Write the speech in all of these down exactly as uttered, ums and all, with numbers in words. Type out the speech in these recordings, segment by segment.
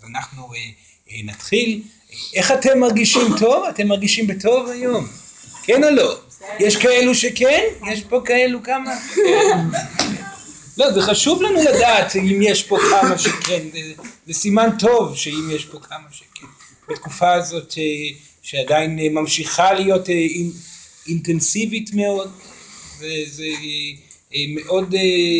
אנחנו אה, אה, נתחיל. איך אתם מרגישים טוב? אתם מרגישים בטוב היום? כן או לא? יש כאלו שכן? יש פה כאלו כמה? לא, זה חשוב לנו לדעת אם יש פה כמה שכן, זה, זה סימן טוב שאם יש פה כמה שכן. בתקופה הזאת שעדיין ממשיכה להיות אינטנסיבית מאוד, וזה מאוד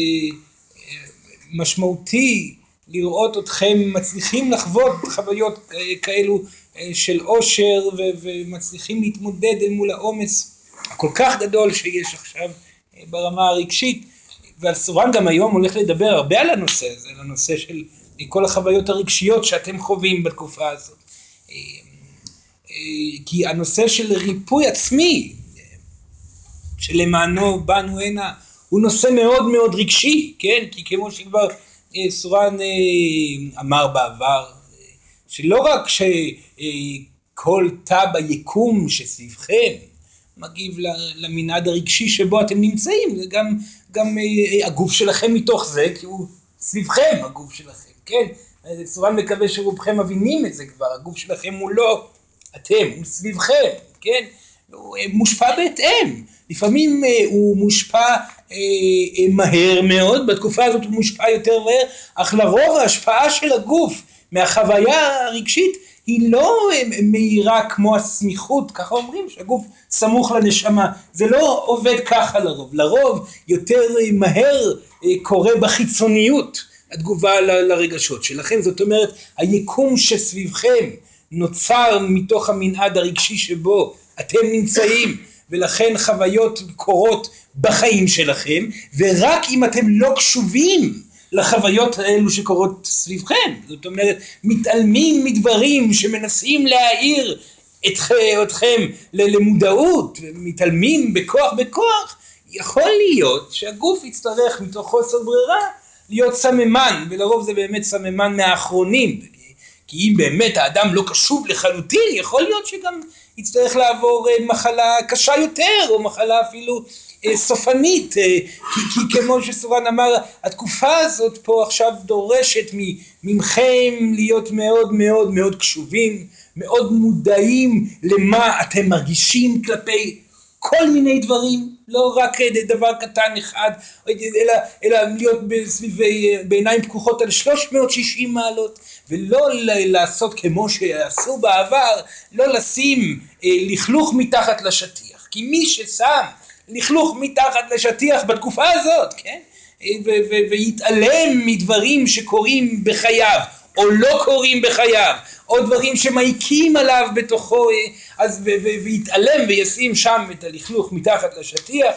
משמעותי לראות אתכם מצליחים לחוות חוויות כאלו של אושר ומצליחים להתמודד אל מול העומס הכל כך גדול שיש עכשיו ברמה הרגשית. והסורן גם היום הולך לדבר הרבה על הנושא הזה, על הנושא של כל החוויות הרגשיות שאתם חווים בתקופה הזאת. כי הנושא של ריפוי עצמי, שלמענו באנו הנה, הוא נושא מאוד מאוד רגשי, כן? כי כמו שכבר סורן אמר בעבר, שלא רק שכל תא ביקום שסביבכם מגיב למנעד הרגשי שבו אתם נמצאים, זה גם, גם הגוף שלכם מתוך זה, כי הוא סביבכם הגוף שלכם, כן? סורן מקווה שרובכם מבינים את זה כבר, הגוף שלכם הוא לא אתם, הוא סביבכם, כן? הוא מושפע בהתאם, לפעמים הוא מושפע מהר מאוד, בתקופה הזאת הוא מושפע יותר מהר, אך לרוב ההשפעה של הגוף מהחוויה הרגשית היא לא מהירה כמו הסמיכות, ככה אומרים שהגוף סמוך לנשמה, זה לא עובד ככה לרוב, לרוב יותר מהר קורה בחיצוניות התגובה ל- לרגשות שלכם, זאת אומרת היקום שסביבכם נוצר מתוך המנעד הרגשי שבו אתם נמצאים, ולכן חוויות קורות בחיים שלכם, ורק אם אתם לא קשובים לחוויות האלו שקורות סביבכם, זאת אומרת מתעלמים מדברים שמנסים להעיר אתכם למודעות, מתעלמים בכוח בכוח, יכול להיות שהגוף יצטרך מתוך חוסר ברירה להיות סממן, ולרוב זה באמת סממן מהאחרונים, כי אם באמת האדם לא קשוב לחלוטין, יכול להיות שגם יצטרך לעבור מחלה קשה יותר, או מחלה אפילו סופנית, כי, כי כמו שסורן אמר, התקופה הזאת פה עכשיו דורשת ממכם להיות מאוד מאוד מאוד קשובים, מאוד מודעים למה אתם מרגישים כלפי כל מיני דברים, לא רק דבר קטן אחד, אלא, אלא להיות בסביבי, בעיניים פקוחות על שלוש מאות ושישים מעלות, ולא לעשות כמו שעשו בעבר, לא לשים לכלוך מתחת לשטיח, כי מי ששם לכלוך מתחת לשטיח בתקופה הזאת, כן? ו- ו- ויתעלם מדברים שקורים בחייו, או לא קורים בחייו, או דברים שמעיקים עליו בתוכו, אז ו- ו- ויתעלם וישים שם את הלכלוך מתחת לשטיח,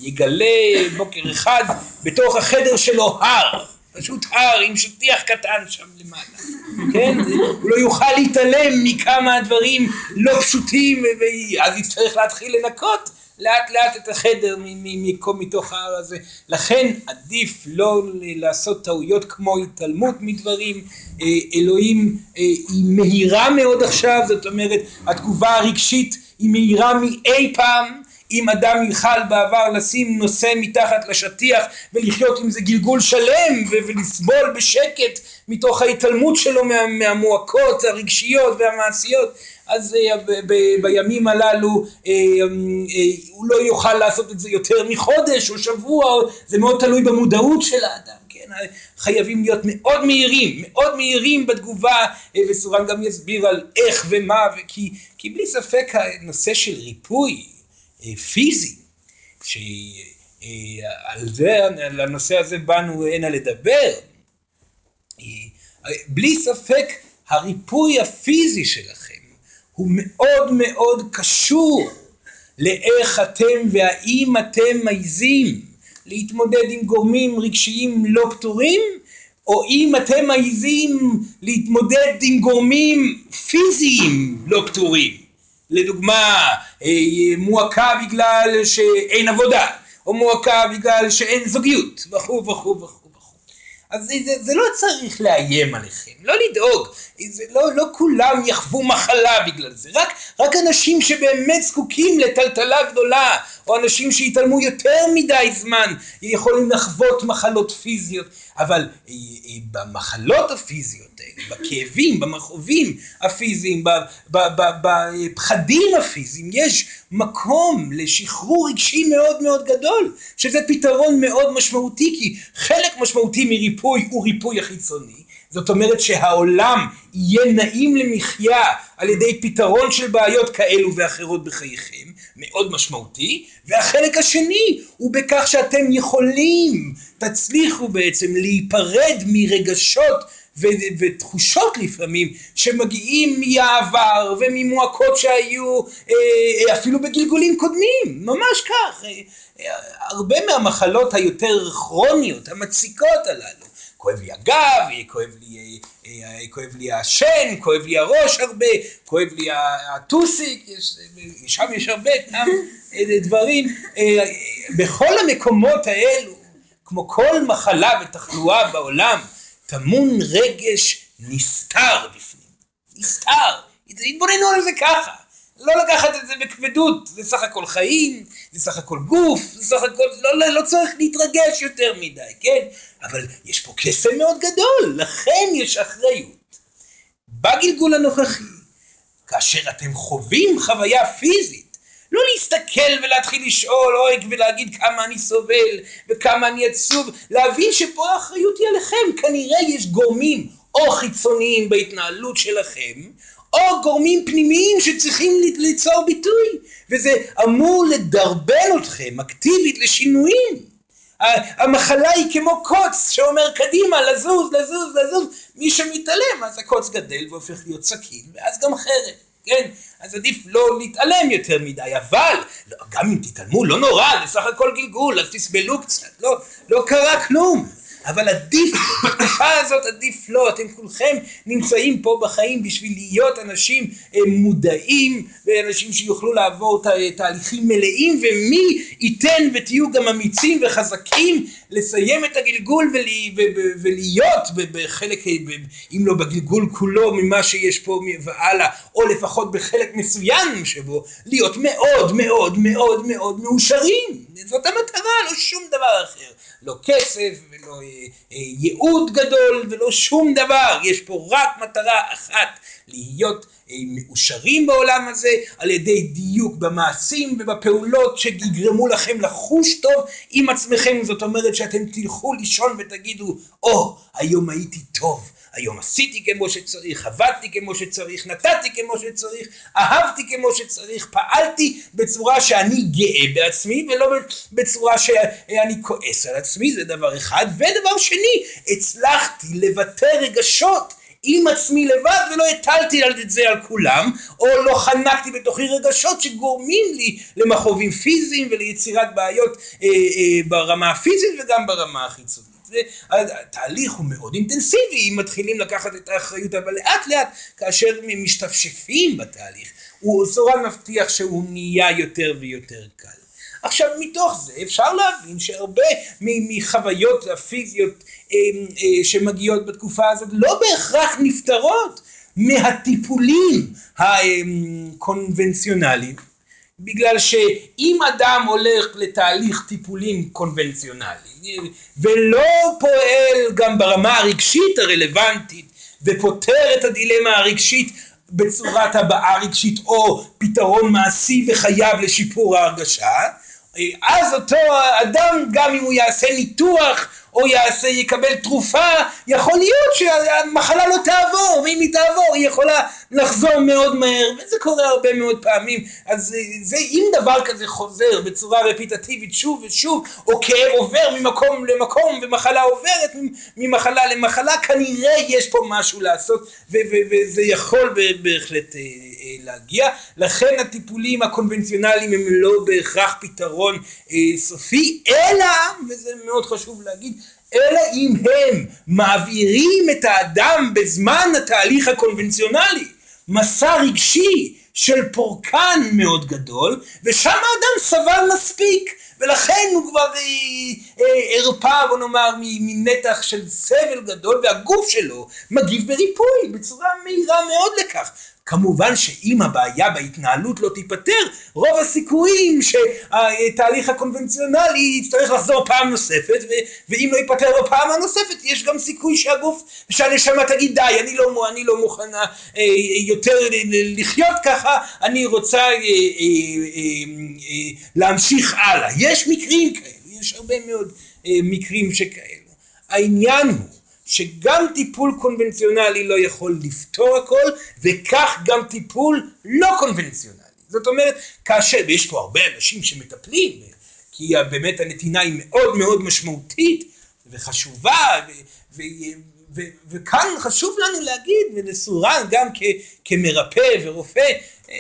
יגלה בוקר אחד בתוך החדר שלו הר, פשוט הר עם שטיח קטן שם למעלה, כן? הוא לא יוכל להתעלם מכמה דברים לא פשוטים, ואז יצטרך להתחיל לנקות לאט לאט את החדר מתוך ההר הזה. לכן עדיף לא לעשות טעויות כמו התעלמות מדברים. אלוהים היא מהירה מאוד עכשיו, זאת אומרת התגובה הרגשית היא מהירה מאי פעם. אם אדם יוכל בעבר לשים נושא מתחת לשטיח ולחיות עם זה גלגול שלם ולסבול בשקט מתוך ההתעלמות שלו מה, מהמועקות הרגשיות והמעשיות, אז ב, ב, בימים הללו אה, אה, הוא לא יוכל לעשות את זה יותר מחודש או שבוע, זה מאוד תלוי במודעות של האדם, כן? חייבים להיות מאוד מהירים, מאוד מהירים בתגובה, וסורן גם יסביר על איך ומה, וכי, כי בלי ספק הנושא של ריפוי פיזי, שעל זה, על הנושא הזה באנו הנה לדבר, בלי ספק הריפוי הפיזי שלכם הוא מאוד מאוד קשור לאיך אתם והאם אתם מעיזים להתמודד עם גורמים רגשיים לא פתורים, או אם אתם מעיזים להתמודד עם גורמים פיזיים לא פתורים. לדוגמה, מועקה בגלל שאין עבודה, או מועקה בגלל שאין זוגיות, וכו' וכו' וכו' וכו'. אז זה, זה, זה לא צריך לאיים עליכם, לא לדאוג, זה לא, לא כולם יחוו מחלה בגלל זה, רק, רק אנשים שבאמת זקוקים לטלטלה גדולה, או אנשים שהתעלמו יותר מדי זמן, יכולים לחוות מחלות פיזיות, אבל אה, אה, במחלות הפיזיות האלה, בכאבים, במכאובים הפיזיים, בפחדים הפיזיים, יש מקום לשחרור רגשי מאוד מאוד גדול, שזה פתרון מאוד משמעותי, כי חלק משמעותי מריפוי הוא ריפוי החיצוני, זאת אומרת שהעולם יהיה נעים למחיה על ידי פתרון של בעיות כאלו ואחרות בחייכם, מאוד משמעותי, והחלק השני הוא בכך שאתם יכולים, תצליחו בעצם להיפרד מרגשות ו- ותחושות לפעמים שמגיעים מהעבר וממועקות שהיו אה, אפילו בגלגולים קודמים, ממש כך, אה, אה, הרבה מהמחלות היותר כרוניות, המציקות הללו, כואב לי הגב, כואב לי, כואב לי השן, כואב לי הראש הרבה, כואב לי הטוסיק, שם יש הרבה דברים, בכל המקומות האלו, כמו כל מחלה ותחלואה בעולם, טמון רגש נסתר בפנים, נסתר, התבוננו על זה ככה, לא לקחת את זה בכבדות, זה סך הכל חיים, זה סך הכל גוף, זה סך הכל, לא, לא, לא צריך להתרגש יותר מדי, כן? אבל יש פה קסם מאוד גדול, לכן יש אחריות. בגלגול הנוכחי, כאשר אתם חווים חוויה פיזית, לא להסתכל ולהתחיל לשאול, אוי, ולהגיד כמה אני סובל, וכמה אני עצוב, להבין שפה האחריות היא עליכם, כנראה יש גורמים או חיצוניים בהתנהלות שלכם, או גורמים פנימיים שצריכים ליצור ביטוי, וזה אמור לדרבן אתכם אקטיבית לשינויים. המחלה היא כמו קוץ שאומר קדימה, לזוז, לזוז, לזוז, מי שמתעלם, אז הקוץ גדל והופך להיות סכין, ואז גם חרב, כן? אז עדיף לא להתעלם יותר מדי, אבל לא, גם אם תתעלמו, לא נורא, בסך הכל גלגול, אז תסבלו קצת, לא, לא קרה כלום. אבל עדיף, בתקופה הזאת עדיף לא, אתם כולכם נמצאים פה בחיים בשביל להיות אנשים מודעים, ואנשים שיוכלו לעבור תהליכים מלאים, ומי ייתן ותהיו גם אמיצים וחזקים, לסיים את הגלגול ולהיות בחלק, אם לא בגלגול כולו ממה שיש פה והלאה, או לפחות בחלק מסוים שבו, להיות מאוד מאוד מאוד מאוד מאושרים. זאת המטרה, לא שום דבר אחר. לא כסף ולא ייעוד גדול ולא שום דבר, יש פה רק מטרה אחת, להיות מאושרים בעולם הזה על ידי דיוק במעשים ובפעולות שיגרמו לכם לחוש טוב עם עצמכם. זאת אומרת שאתם תלכו לישון ותגידו, או, היום הייתי טוב, היום עשיתי כמו שצריך, עבדתי כמו שצריך, נתתי כמו שצריך, אהבתי כמו שצריך, פעלתי בצורה שאני גאה בעצמי ולא בצורה שאני כועס על עצמי, זה דבר אחד. ודבר שני, הצלחתי לבטא רגשות עם עצמי לבד ולא הטלתי את זה על כולם, או לא חנקתי בתוכי רגשות שגורמים לי למכאובים פיזיים וליצירת בעיות אה, אה, ברמה הפיזית וגם ברמה החיצונית. התהליך הוא מאוד אינטנסיבי אם מתחילים לקחת את האחריות, אבל לאט לאט כאשר משתפשפים בתהליך הוא סורן מבטיח שהוא נהיה יותר ויותר קל. עכשיו מתוך זה אפשר להבין שהרבה מחוויות הפיזיות שמגיעות בתקופה הזאת לא בהכרח נפטרות מהטיפולים הקונבנציונליים, בגלל שאם אדם הולך לתהליך טיפולים קונבנציונלי ולא פועל גם ברמה הרגשית הרלוונטית ופותר את הדילמה הרגשית בצורת הבעה רגשית או פתרון מעשי וחייב לשיפור ההרגשה, אז אותו אדם גם אם הוא יעשה ניתוח או יעשה, יקבל תרופה, יכול להיות שהמחלה לא תעבור, ואם היא תעבור היא יכולה לחזור מאוד מהר, וזה קורה הרבה מאוד פעמים. אז זה, אם דבר כזה חוזר בצורה רפיטטיבית שוב ושוב, או כאב עובר ממקום למקום ומחלה עוברת ממחלה למחלה, כנראה יש פה משהו לעשות, ו- ו- וזה יכול בהחלט להגיע. לכן הטיפולים הקונבנציונליים הם לא בהכרח פתרון סופי, אלא, וזה מאוד חשוב להגיד, אלא אם הם מעבירים את האדם בזמן התהליך הקונבנציונלי מסע רגשי של פורקן מאוד גדול, ושם האדם סבל מספיק ולכן הוא כבר הרפא, בוא נאמר, מנתח של סבל גדול, והגוף שלו מגיב בריפוי בצורה מהירה מאוד לכך. כמובן שאם הבעיה בהתנהלות לא תיפטר, רוב הסיכויים שהתהליך הקונבנציונלי יצטרך לחזור פעם נוספת, ואם לא ייפטר לו פעם הנוספת, יש גם סיכוי שהגוף, שהנשמה תגיד די, אני לא, אני לא מוכנה יותר לחיות ככה, אני רוצה להמשיך הלאה. יש מקרים כאלו, יש הרבה מאוד מקרים שכאלו. העניין הוא שגם טיפול קונבנציונלי לא יכול לפתור הכל, וכך גם טיפול לא קונבנציונלי. זאת אומרת, כאשר, ויש פה הרבה אנשים שמטפלים, כי באמת הנתינה היא מאוד מאוד משמעותית וחשובה, ו- ו- ו- וכאן חשוב לנו להגיד, ולסורן גם כ- כמרפא ורופא,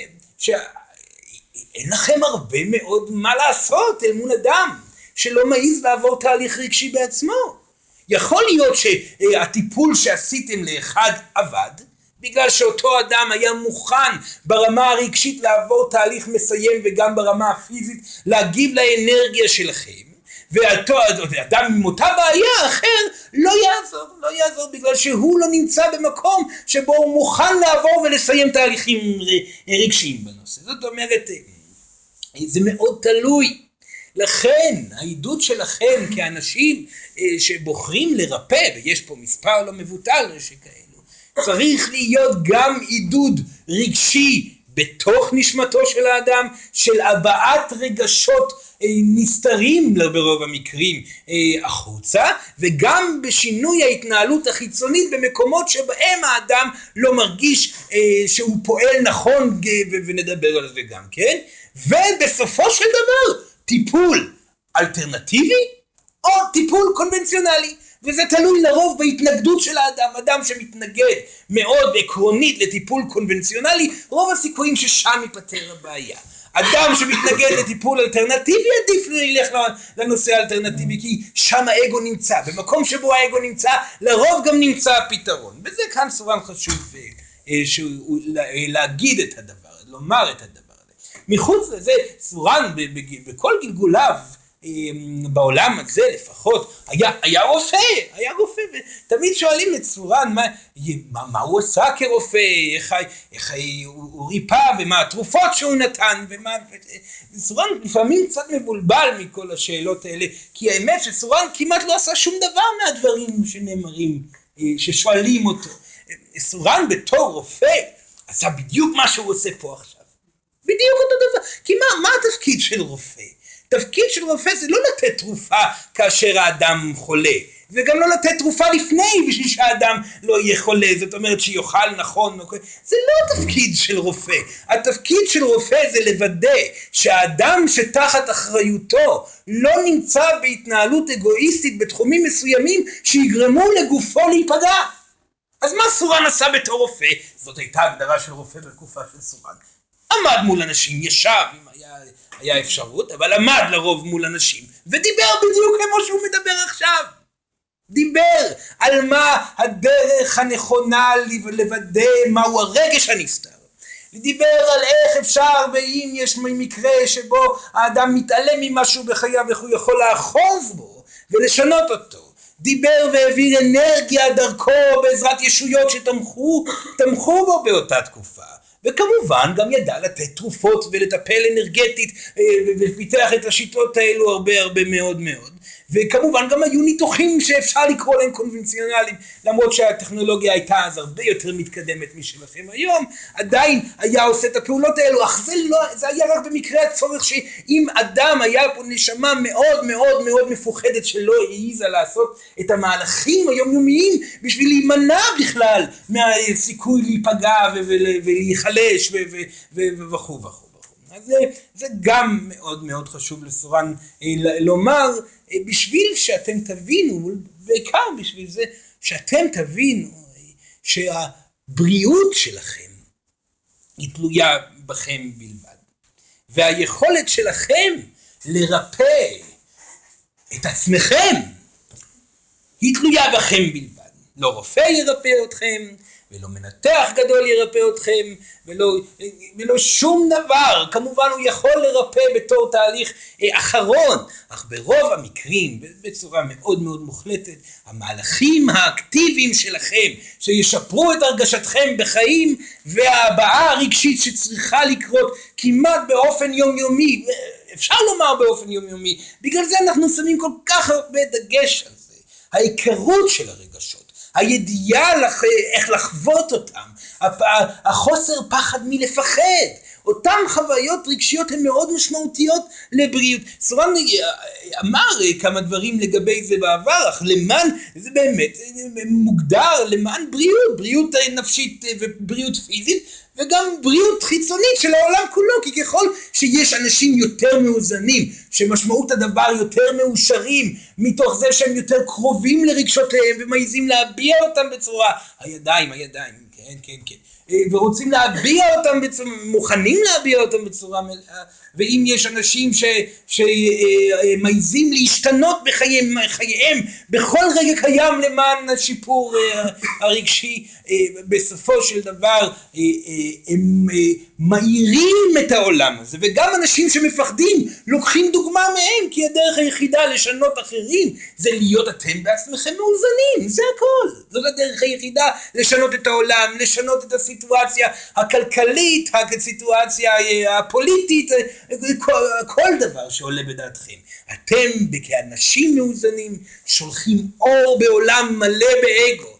שאין לכם הרבה מאוד מה לעשות אל מול אדם, שלא מעז לעבור תהליך רגשי בעצמו. יכול להיות שהטיפול שעשיתם לאחד עבד, בגלל שאותו אדם היה מוכן ברמה הרגשית לעבור תהליך מסיים וגם ברמה הפיזית להגיב לאנרגיה שלכם, ואותו אדם עם אותה בעיה אחר לא יעזור, לא יעזור בגלל שהוא לא נמצא במקום שבו הוא מוכן לעבור ולסיים תהליכים רגשיים בנושא. זאת אומרת, זה מאוד תלוי. לכן העידוד שלכם כאנשים שבוחרים לרפא, ויש פה מספר לא מבוטל שכאלו, צריך להיות גם עידוד רגשי בתוך נשמתו של האדם, של הבעת רגשות נסתרים ברוב המקרים החוצה, וגם בשינוי ההתנהלות החיצונית במקומות שבהם האדם לא מרגיש שהוא פועל נכון, ונדבר על זה גם, כן? ובסופו של דבר טיפול אלטרנטיבי או טיפול קונבנציונלי, וזה תלוי לרוב בהתנגדות של האדם. אדם שמתנגד מאוד עקרונית לטיפול קונבנציונלי, רוב הסיכויים ששם ייפתר הבעיה. אדם שמתנגד לטיפול אלטרנטיבי, עדיף ללך לנושא האלטרנטיבי, כי שם האגו נמצא, במקום שבו האגו נמצא, לרוב גם נמצא הפתרון. וזה כאן סורן חשוב להגיד את הדבר, לומר את הדבר. מחוץ לזה, סורן בכל גלגוליו בעולם הזה לפחות, היה, היה רופא, היה רופא, ותמיד שואלים את סורן מה, מה, מה הוא עשה כרופא, איך, איך הוא, הוא ריפא, ומה התרופות שהוא נתן, ומה, סורן לפעמים קצת מבולבל מכל השאלות האלה, כי האמת שסורן כמעט לא עשה שום דבר מהדברים שנאמרים, ששואלים אותו. סורן בתור רופא עשה בדיוק מה שהוא עושה פה עכשיו. בדיוק אותו דבר. כי מה, מה התפקיד של רופא? תפקיד של רופא זה לא לתת תרופה כאשר האדם חולה, וגם לא לתת תרופה לפני בשביל שהאדם לא יהיה חולה, זאת אומרת שיוכל נכון, זה לא התפקיד של רופא. התפקיד של רופא זה לוודא שהאדם שתחת אחריותו לא נמצא בהתנהלות אגואיסטית בתחומים מסוימים שיגרמו לגופו להיפגע. אז מה סורן עשה בתור רופא? זאת הייתה הגדרה של רופא בתקופה של סורן. עמד מול אנשים, ישב אם היה, היה אפשרות, אבל עמד לרוב מול אנשים, ודיבר בדיוק כמו שהוא מדבר עכשיו. דיבר על מה הדרך הנכונה לוודא מהו הרגש הנסתר. דיבר על איך אפשר, ואם יש מקרה שבו האדם מתעלם ממשהו בחייו, איך הוא יכול לאחוז בו ולשנות אותו. דיבר והעביר אנרגיה דרכו בעזרת ישויות שתמכו תמכו בו באותה תקופה. וכמובן גם ידע לתת תרופות ולטפל אנרגטית, ופיתח את השיטות האלו הרבה הרבה מאוד מאוד. וכמובן גם היו ניתוחים שאפשר לקרוא להם קונבנציונליים, למרות שהטכנולוגיה הייתה אז הרבה יותר מתקדמת משלכם היום, עדיין היה עושה את הפעולות האלו, אך זה, לא, זה היה רק במקרה הצורך שאם אדם היה פה נשמה מאוד מאוד מאוד מפוחדת שלא העיזה לעשות את המהלכים היומיומיים בשביל להימנע בכלל מהסיכוי להיפגע ולהיחלש וכו' וכו'. אז זה, זה גם מאוד מאוד חשוב לסורן לומר, בשביל שאתם תבינו, בעיקר בשביל זה שאתם תבינו שהבריאות שלכם היא תלויה בכם בלבד. והיכולת שלכם לרפא את עצמכם היא תלויה בכם בלבד. לא רופא ירפא אתכם, ולא מנתח גדול ירפא אתכם, ולא, ולא שום דבר. כמובן הוא יכול לרפא בתור תהליך אחרון, אך ברוב המקרים, בצורה מאוד מאוד מוחלטת, המהלכים האקטיביים שלכם, שישפרו את הרגשתכם בחיים, וההבעה הרגשית שצריכה לקרות כמעט באופן יומיומי, אפשר לומר באופן יומיומי, בגלל זה אנחנו שמים כל כך הרבה דגש על זה, ההיכרות של הרגשות, הידיעה לח... איך לחוות אותם, החוסר פחד מלפחד, אותן חוויות רגשיות הן מאוד משמעותיות לבריאות. סורן אמר כמה דברים לגבי זה בעבר, אך למען, זה באמת מוגדר למען בריאות, בריאות נפשית ובריאות פיזית, וגם בריאות חיצונית של העולם כולו, כי ככל שיש אנשים יותר מאוזנים, שמשמעות הדבר יותר מאושרים, מתוך זה שהם יותר קרובים לרגשותיהם, ומעיזים להביע אותם בצורה, הידיים, הידיים, כן, כן, כן, ורוצים להביע אותם בצורה, מוכנים להביע אותם בצורה מלאה, ואם יש אנשים ש, שמעיזים להשתנות בחייהם, חייהם, בכל רגע קיים למען השיפור הרגשי, בסופו של דבר הם מאירים את העולם הזה, וגם אנשים שמפחדים לוקחים דוגמה מהם, כי הדרך היחידה לשנות אחרים זה להיות אתם בעצמכם מאוזנים, זה הכל. זאת הדרך היחידה לשנות את העולם, לשנות את הסיטואציה הכלכלית, הסיטואציה הפוליטית, כל, כל דבר שעולה בדעתכם. אתם כאנשים מאוזנים שולחים אור בעולם מלא באגו,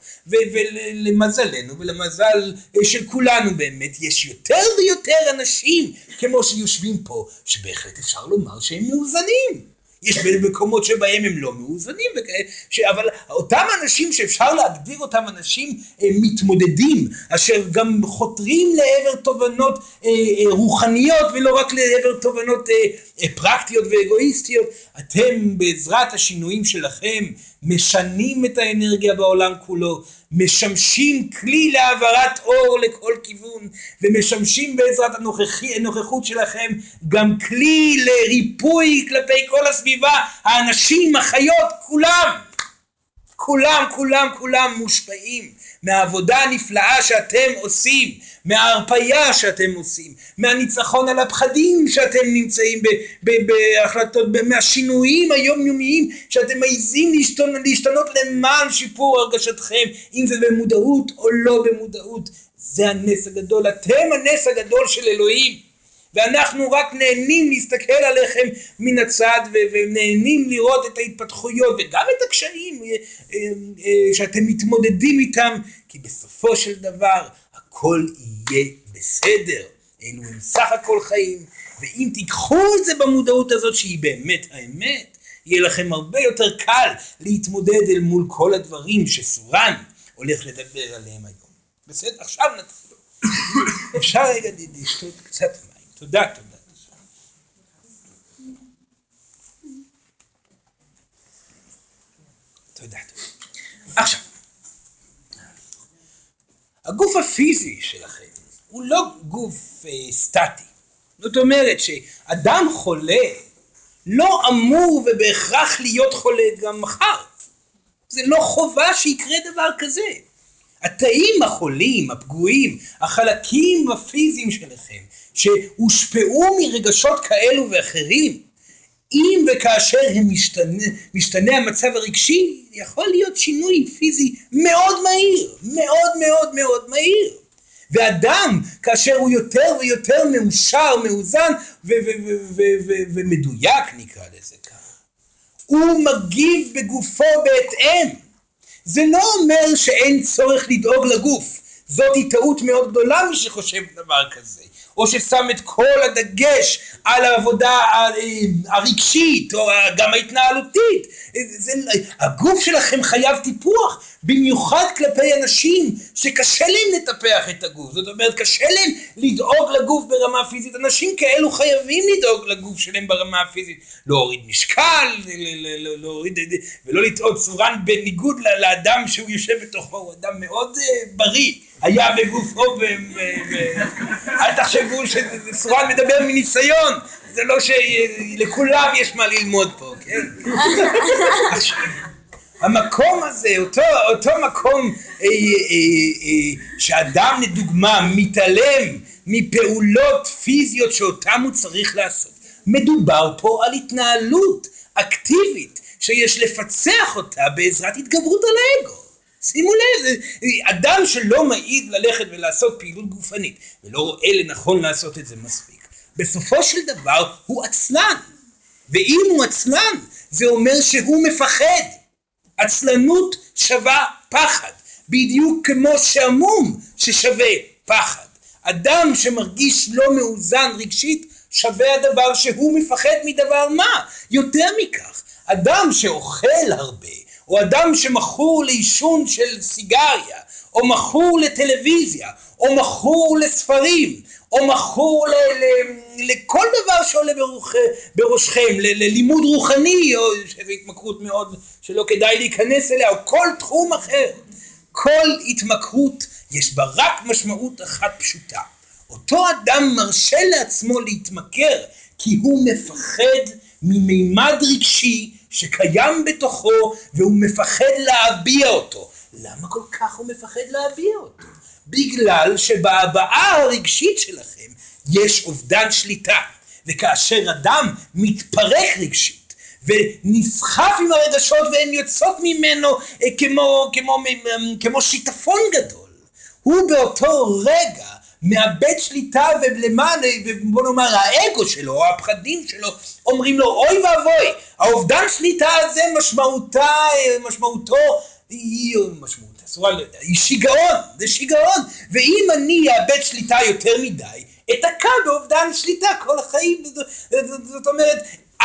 ולמזלנו ולמזל של כולנו באמת יש יותר ויותר אנשים כמו שיושבים פה שבהחלט אפשר לומר שהם מאוזנים. יש מקומות שבהם הם לא מאוזנים, אבל אותם אנשים שאפשר להגדיר אותם אנשים מתמודדים, אשר גם חותרים לעבר תובנות רוחניות ולא רק לעבר תובנות פרקטיות ואגואיסטיות, אתם בעזרת השינויים שלכם משנים את האנרגיה בעולם כולו, משמשים כלי להעברת אור לכל כיוון, ומשמשים בעזרת הנוכחות שלכם גם כלי לריפוי כלפי כל הסביבה, האנשים, החיות, כולם, כולם, כולם, כולם מושפעים מהעבודה הנפלאה שאתם עושים, מההרפאיה שאתם עושים, מהניצחון על הפחדים שאתם נמצאים בהחלטות, מהשינויים היומיומיים שאתם מעיזים להשתנות למען שיפור הרגשתכם, אם זה במודעות או לא במודעות. זה הנס הגדול, אתם הנס הגדול של אלוהים, ואנחנו רק נהנים להסתכל עליכם מן הצד, ונהנים לראות את ההתפתחויות וגם את הקשיים שאתם מתמודדים איתם, כי בסופו של דבר הכל יהיה בסדר. אלו הם סך הכל חיים, ואם תיקחו את זה במודעות הזאת שהיא באמת האמת, יהיה לכם הרבה יותר קל להתמודד אל מול כל הדברים שסורן הולך לדבר עליהם היום. בסדר? עכשיו נתחיל. אפשר רגע לשתות קצת מים. תודה, תודה. תודה, תודה. עכשיו, הגוף הפיזי שלכם הוא לא גוף אה, סטטי. זאת אומרת שאדם חולה לא אמור ובהכרח להיות חולה גם מחר. זה לא חובה שיקרה דבר כזה. התאים החולים, הפגועים, החלקים הפיזיים שלכם, שהושפעו מרגשות כאלו ואחרים, אם וכאשר הם משתנה, משתנה המצב הרגשי, יכול להיות שינוי פיזי מאוד מהיר, מאוד מאוד מאוד מהיר. ואדם, כאשר הוא יותר ויותר מאושר, מאוזן ו- ו- ו- ו- ו- ומדויק נקרא לזה כך, הוא מגיב בגופו בהתאם. זה לא אומר שאין צורך לדאוג לגוף. זאת היא טעות מאוד גדולה מי שחושב דבר כזה, או ששם את כל הדגש על העבודה הרגשית או גם ההתנהלותית. זה, הגוף שלכם חייב טיפוח, במיוחד כלפי אנשים שקשה להם לטפח את הגוף. זאת אומרת, קשה להם לדאוג לגוף ברמה פיזית. אנשים כאלו חייבים לדאוג לגוף שלהם ברמה הפיזית, להוריד משקל, להוריד, ולא לטעות סורן בניגוד לאדם שהוא יושב בתוכו, הוא אדם מאוד בריא, היה בגופו, אל תחשבו שסורן מדבר מניסיון, זה לא שלכולם יש מה ללמוד פה, כן? המקום הזה, אותו, אותו מקום אה, אה, אה, שאדם לדוגמה מתעלם מפעולות פיזיות שאותם הוא צריך לעשות. מדובר פה על התנהלות אקטיבית שיש לפצח אותה בעזרת התגברות על האגו. שימו לב, אדם שלא מעיד ללכת ולעשות פעילות גופנית ולא רואה לנכון לעשות את זה מספיק, בסופו של דבר הוא עצלן. ואם הוא עצלן, זה אומר שהוא מפחד. עצלנות שווה פחד, בדיוק כמו שעמום ששווה פחד. אדם שמרגיש לא מאוזן רגשית, שווה הדבר שהוא מפחד מדבר מה. יותר מכך, אדם שאוכל הרבה, או אדם שמכור לעישון של סיגריה, או מכור לטלוויזיה, או מכור לספרים, או מכור ל- ל- לכל דבר שעולה ברוח, בראשכם, ל- ללימוד רוחני, או שזו התמכרות מאוד שלא כדאי להיכנס אליה, או כל תחום אחר. כל התמכרות יש בה רק משמעות אחת פשוטה. אותו אדם מרשה לעצמו להתמכר, כי הוא מפחד ממימד רגשי שקיים בתוכו, והוא מפחד להביע אותו. למה כל כך הוא מפחד להביע אותו? בגלל שבהבעה הרגשית שלכם יש אובדן שליטה, וכאשר אדם מתפרק רגשית ונסחף עם הרגשות והן יוצאות ממנו כמו, כמו, כמו שיטפון גדול, הוא באותו רגע מאבד שליטה, ולמען, בוא נאמר, האגו שלו, או הפחדים שלו, אומרים לו, אוי ואבוי, האובדן שליטה הזה משמעותה, משמעותו, היא משמעותה, היא שיגעון, זה שיגעון, ואם אני אאבד שליטה יותר מדי, אתעקע באובדן שליטה כל החיים. זאת אומרת,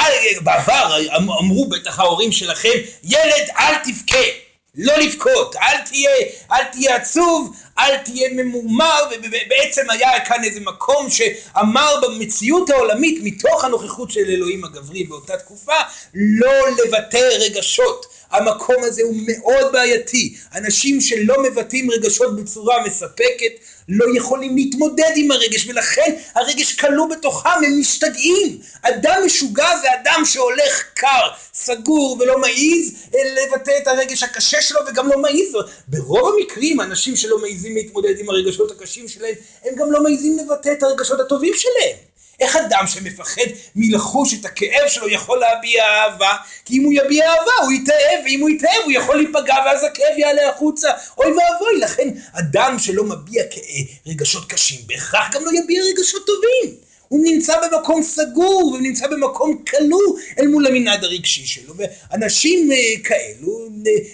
בעבר אמרו בטח ההורים שלכם, ילד אל תבכה, לא לבכות, אל תהיה, אל תהיה עצוב, אל תהיה ממורמר, ובעצם היה כאן איזה מקום שאמר במציאות העולמית, מתוך הנוכחות של אלוהים הגברי באותה תקופה, לא לבטא רגשות. המקום הזה הוא מאוד בעייתי. אנשים שלא מבטאים רגשות בצורה מספקת, לא יכולים להתמודד עם הרגש, ולכן הרגש כלוא בתוכם, הם משתגעים. אדם משוגע זה אדם שהולך קר, סגור ולא מעיז לבטא את הרגש הקשה שלו, וגם לא מעיז. ברוב המקרים, אנשים שלא מעיזים להתמודד עם הרגשות הקשים שלהם, הם גם לא מעיזים לבטא את הרגשות הטובים שלהם. איך אדם שמפחד מלחוש את הכאב שלו יכול להביע אהבה? כי אם הוא יביע אהבה הוא יתאהב, ואם הוא יתאהב הוא יכול להיפגע ואז הכאב יעלה החוצה. אוי ואבוי, לכן אדם שלא מביע רגשות קשים בהכרח גם לא יביע רגשות טובים. הוא נמצא במקום סגור, הוא נמצא במקום כלוא אל מול המנעד הרגשי שלו, ואנשים כאלו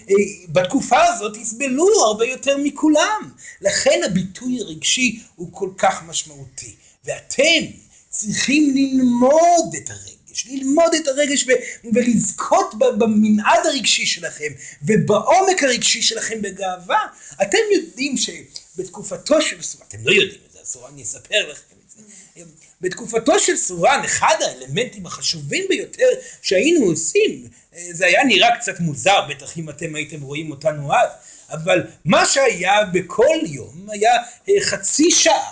בתקופה הזאת יסבלו הרבה יותר מכולם. לכן הביטוי הרגשי הוא כל כך משמעותי, ואתם צריכים ללמוד את הרגש, ללמוד את הרגש ו- ולזכות במנעד הרגשי שלכם ובעומק הרגשי שלכם בגאווה. אתם יודעים שבתקופתו של סורן, אתם לא יודעים את זה, סורן אני אספר לכם את זה, בתקופתו של סורן אחד האלמנטים החשובים ביותר שהיינו עושים, זה היה נראה קצת מוזר, בטח אם אתם הייתם רואים אותנו אז, אבל מה שהיה בכל יום היה חצי שעה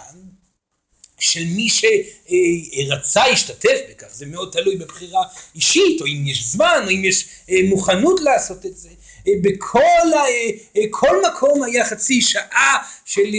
של מי שרצה להשתתף בכך. זה מאוד תלוי בבחירה אישית, או אם יש זמן, או אם יש מוכנות לעשות את זה. בכל כל מקום היה חצי שעה של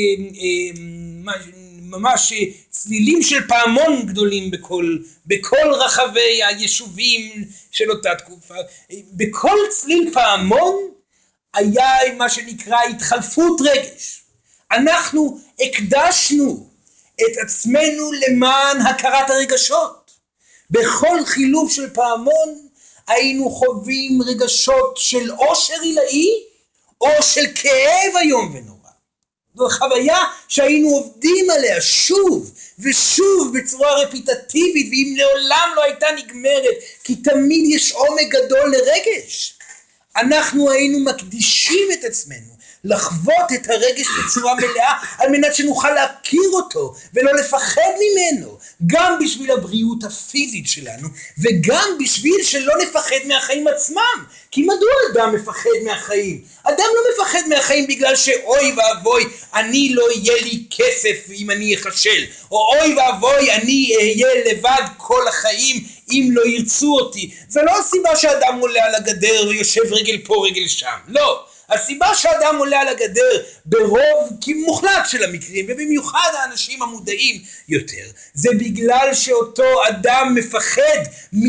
ממש צלילים של פעמון גדולים בכל, בכל רחבי היישובים של אותה תקופה. בכל צליל פעמון היה מה שנקרא התחלפות רגש. אנחנו הקדשנו את עצמנו למען הכרת הרגשות. בכל חילוף של פעמון היינו חווים רגשות של אושר עילאי או של כאב איום ונורא. זו חוויה שהיינו עובדים עליה שוב ושוב בצורה רפיטטיבית, ואם לעולם לא הייתה נגמרת, כי תמיד יש עומק גדול לרגש. אנחנו היינו מקדישים את עצמנו לחוות את הרגש בצורה מלאה, על מנת שנוכל להכיר אותו ולא לפחד ממנו, גם בשביל הבריאות הפיזית שלנו וגם בשביל שלא נפחד מהחיים עצמם. כי מדוע אדם מפחד מהחיים? אדם לא מפחד מהחיים בגלל שאוי ואבוי אני לא יהיה לי כסף אם אני אחשל, או אוי ואבוי אני אהיה לבד כל החיים אם לא ירצו אותי. זה לא הסיבה שאדם עולה על הגדר ויושב רגל פה רגל שם, לא. הסיבה שאדם עולה על הגדר ברוב מוחלט של המקרים, ובמיוחד האנשים המודעים יותר, זה בגלל שאותו אדם מפחד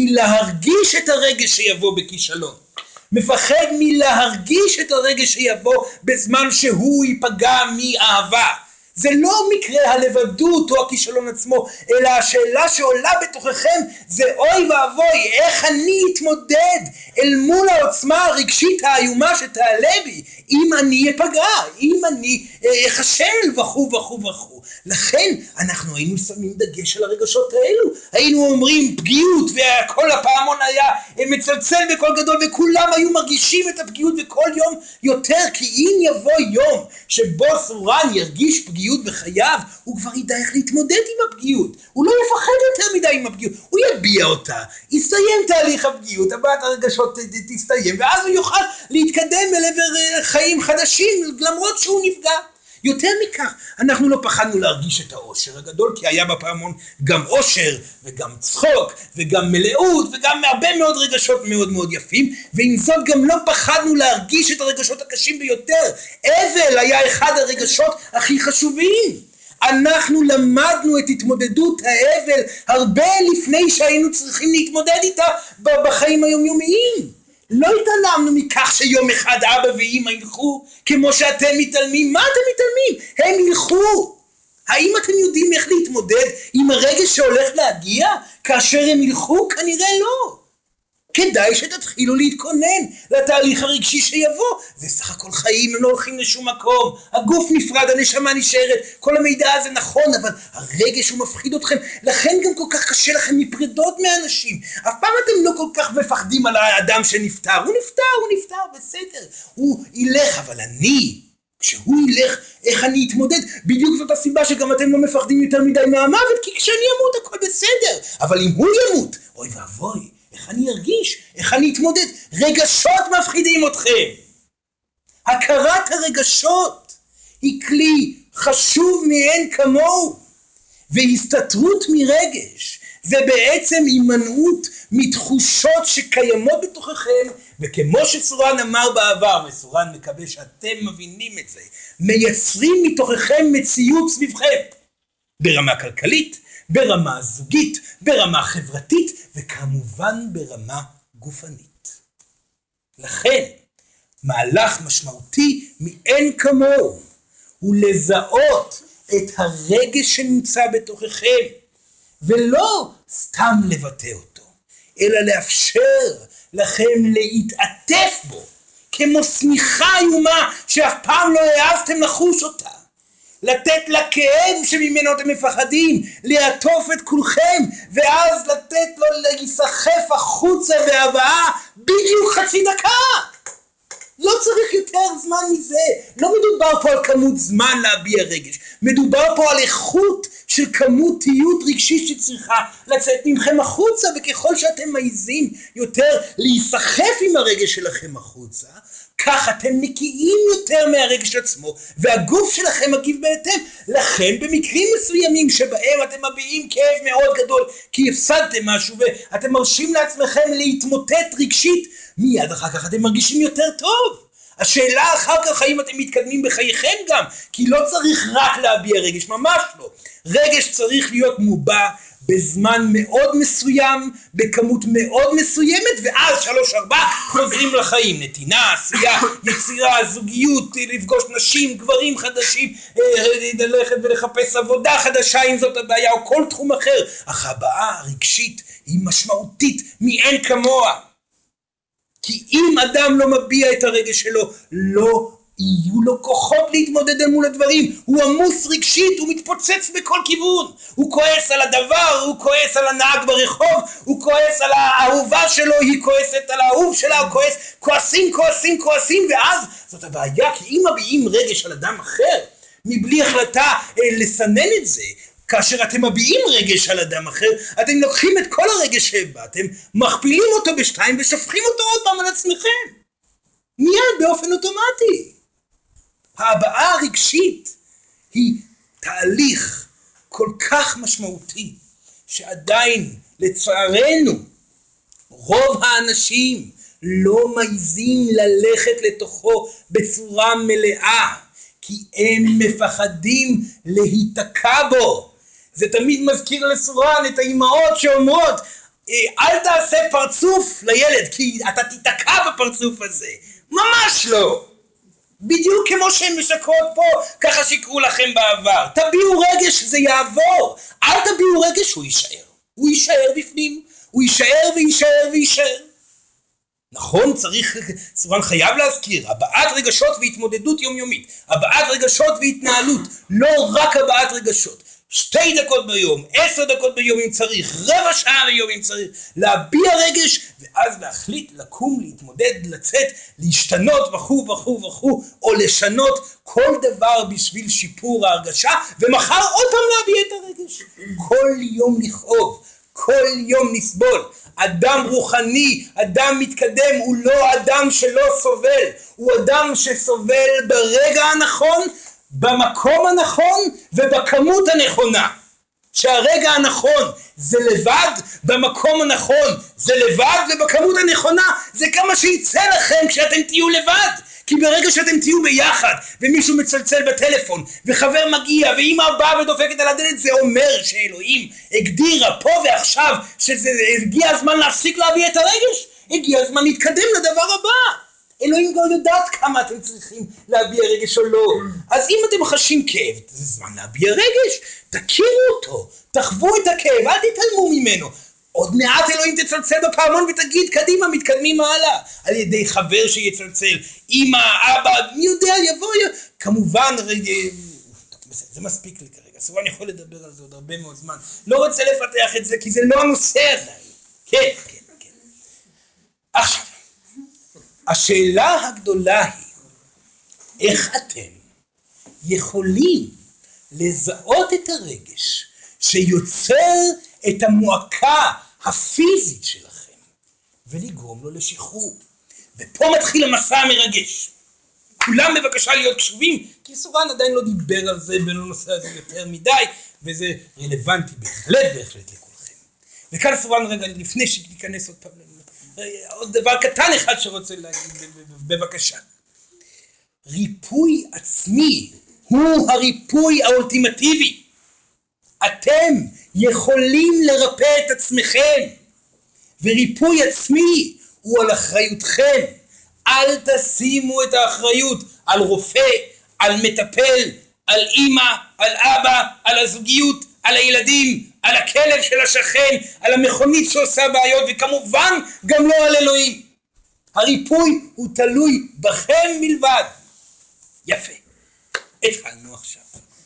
מלהרגיש את הרגש שיבוא בכישלון. מפחד מלהרגיש את הרגש שיבוא בזמן שהוא ייפגע מאהבה. זה לא מקרה הלבדות או הכישלון עצמו, אלא השאלה שעולה בתוככם זה אוי ואבוי, איך אני אתמודד אל מול העוצמה הרגשית האיומה שתעלה בי, אם אני אפגע, אם אני אחשל וכו' וכו' וכו'. לכן אנחנו היינו שמים דגש על הרגשות האלו, היינו אומרים פגיעות, וכל הפעמון היה מצלצל בקול גדול, וכולם היו מרגישים את הפגיעות בכל יום יותר, כי אם יבוא יום שבו סורן ירגיש פגיעות בחייו, הוא כבר ידע איך להתמודד עם הפגיעות, הוא לא יפחד יותר מדי עם הפגיעות, הוא יביע אותה, יסתיים תהליך הפגיעות, הבעת הרגשות תסתיים, ואז הוא יוכל להתקדם אל עבר חיים חדשים, למרות שהוא נפגע. יותר מכך, אנחנו לא פחדנו להרגיש את האושר הגדול, כי היה בפעמון גם אושר וגם צחוק וגם מלאות וגם הרבה מאוד רגשות מאוד מאוד יפים, ועם זאת גם לא פחדנו להרגיש את הרגשות הקשים ביותר. אבל היה אחד הרגשות הכי חשובים. אנחנו למדנו את התמודדות האבל הרבה לפני שהיינו צריכים להתמודד איתה בחיים היומיומיים. לא התעלמנו מכך שיום אחד אבא ואמא ילכו כמו שאתם מתעלמים. מה אתם מתעלמים? הם ילכו. האם אתם יודעים איך להתמודד עם הרגש שהולך להגיע כאשר הם ילכו? כנראה לא. כדאי שתתחילו להתכונן לתהליך הרגשי שיבוא. זה סך הכל חיים, הם לא הולכים לשום מקום. הגוף נפרד, הנשמה נשארת. כל המידע הזה נכון, אבל הרגש הוא מפחיד אתכם. לכן גם כל כך קשה לכם מפרדות מאנשים. אף פעם אתם לא כל כך מפחדים על האדם שנפטר. הוא נפטר, הוא נפטר, בסדר. הוא ילך, אבל אני, כשהוא ילך, איך אני אתמודד? בדיוק זאת הסיבה שגם אתם לא מפחדים יותר מדי מהמוות, כי כשאני אמות הכל בסדר. אבל אם הוא ימות, אוי ואבוי. איך אני ארגיש? איך אני אתמודד? רגשות מפחידים אתכם. הכרת הרגשות היא כלי חשוב מאין כמוהו. והסתתרות מרגש זה בעצם הימנעות מתחושות שקיימות בתוככם, וכמו שסורן אמר בעבר, וסורן מקווה שאתם מבינים את זה, מייצרים מתוככם מציאות סביבכם. ברמה כלכלית, ברמה זוגית, ברמה חברתית, וכמובן ברמה גופנית. לכן, מהלך משמעותי מאין כמוהו הוא לזהות את הרגש שנמצא בתוככם, ולא סתם לבטא אותו, אלא לאפשר לכם להתעטף בו, כמו שמיכה איומה שאף פעם לא העזתם לחוש אותה. לתת לכאב שממנו אתם מפחדים, לעטוף את כולכם, ואז לתת לו להיסחף החוצה בהבאה בדיוק חצי דקה. לא צריך יותר זמן מזה. לא מדובר פה על כמות זמן להביע רגש, מדובר פה על איכות של כמותיות רגשית שצריכה לצאת ממכם החוצה, וככל שאתם מעיזים יותר להיסחף עם הרגש שלכם החוצה, כך אתם נקיים יותר מהרגש עצמו, והגוף שלכם מגיב בהתאם. לכן במקרים מסוימים שבהם אתם מביעים כאב מאוד גדול כי הפסדתם משהו, ואתם מרשים לעצמכם להתמוטט רגשית, מיד אחר כך אתם מרגישים יותר טוב. השאלה אחר כך האם אתם מתקדמים בחייכם גם, כי לא צריך רק להביע רגש, ממש לא. רגש צריך להיות מובע בזמן מאוד מסוים, בכמות מאוד מסוימת, ואז שלוש ארבע חוזרים לחיים. נתינה, עשייה, יצירה, זוגיות, לפגוש נשים, גברים חדשים, ללכת ולחפש עבודה חדשה אם זאת הבעיה, או כל תחום אחר. אך הבעה הרגשית היא משמעותית מאין כמוה. כי אם אדם לא מביע את הרגש שלו, לא יהיו לו כוחות להתמודד מול הדברים. הוא עמוס רגשית, הוא מתפוצץ בכל כיוון. הוא כועס על הדבר, הוא כועס על הנהג ברחוב, הוא כועס על האהובה שלו, היא כועסת על האהוב שלה, הוא כועס, כועסים, כועסים, כועסים, ואז זאת הבעיה, כי אם מביעים רגש על אדם אחר, מבלי החלטה אה, לסנן את זה, כאשר אתם מביעים רגש על אדם אחר, אתם לוקחים את כל הרגש שבא, אתם מכפילים אותו בשתיים ושופכים אותו עוד פעם על עצמכם. מיד באופן אוטומטי. ההבעה הרגשית היא תהליך כל כך משמעותי, שעדיין לצערנו רוב האנשים לא מעיזים ללכת לתוכו בצורה מלאה, כי הם מפחדים להיתקע בו. זה תמיד מזכיר לסורן את האימהות שאומרות, אל תעשה פרצוף לילד, כי אתה תיתקע בפרצוף הזה. ממש לא. בדיוק כמו שהן משקרות פה, ככה שיקרו לכם בעבר. תביעו רגש, זה יעבור. אל תביעו רגש, הוא יישאר. הוא יישאר בפנים. הוא יישאר ויישאר ויישאר. נכון, צריך, סורן חייב להזכיר, הבעת רגשות והתמודדות יומיומית. הבעת רגשות והתנהלות, לא רק הבעת רגשות. שתי דקות ביום, עשר דקות ביום אם צריך, רבע שעה ביום אם צריך, להביע רגש, ואז להחליט, לקום, להתמודד, לצאת, להשתנות וכו' וכו' וכו', או לשנות כל דבר בשביל שיפור ההרגשה, ומחר עוד פעם להביע את הרגש. כל יום לכאוב, כל יום נסבול. אדם רוחני, אדם מתקדם, הוא לא אדם שלא סובל, הוא אדם שסובל ברגע הנכון, במקום הנכון ובכמות הנכונה. שהרגע הנכון זה לבד, במקום הנכון זה לבד, ובכמות הנכונה זה כמה שיצא לכם כשאתם תהיו לבד. כי ברגע שאתם תהיו ביחד ומישהו מצלצל בטלפון וחבר מגיע ואמא באה ודופקת על הדלת, זה אומר שאלוהים הגדירה פה ועכשיו שזה הגיע הזמן להפסיק להביא את הרגש, הגיע הזמן להתקדם לדבר הבא. אלוהים כבר יודעת כמה אתם צריכים להביע רגש או לא. אז אם אתם חשים כאב, זה זמן להביע רגש, תכירו אותו, תחוו את הכאב, אל תתעלמו ממנו. עוד מעט אלוהים תצלצל בפעמון ותגיד, קדימה, מתקדמים הלאה. על ידי חבר שיצלצל, אמא, אבא, מי יודע, יבוא, יבוא. כמובן, זה מספיק לי כרגע, סורן יכול לדבר על זה עוד הרבה מאוד זמן. לא רוצה לפתח את זה, כי זה לא הנושא עדיין. כן, כן, כן. עכשיו, השאלה הגדולה היא, איך אתם יכולים לזהות את הרגש שיוצר את המועקה הפיזית שלכם ולגרום לו לשחרור? ופה מתחיל המסע המרגש. כולם בבקשה להיות קשובים, כי סורן עדיין לא דיבר על זה בנושא הזה יותר מדי, וזה רלוונטי בהחלט בהחלט לכולכם. וכאן סורן רגע לפני שתיכנס עוד פעם, עוד דבר קטן אחד שרוצה להגיד, בבקשה. ריפוי עצמי הוא הריפוי האולטימטיבי. אתם יכולים לרפא את עצמכם, וריפוי עצמי הוא על אחריותכם. אל תשימו את האחריות על רופא, על מטפל, על אמא, על אבא, על הזוגיות, על הילדים, על הכלב של השכן, על המכונית שעושה בעיות, וכמובן גם לא על אלוהים. הריפוי הוא תלוי בכם מלבד. יפה, התחלנו עכשיו.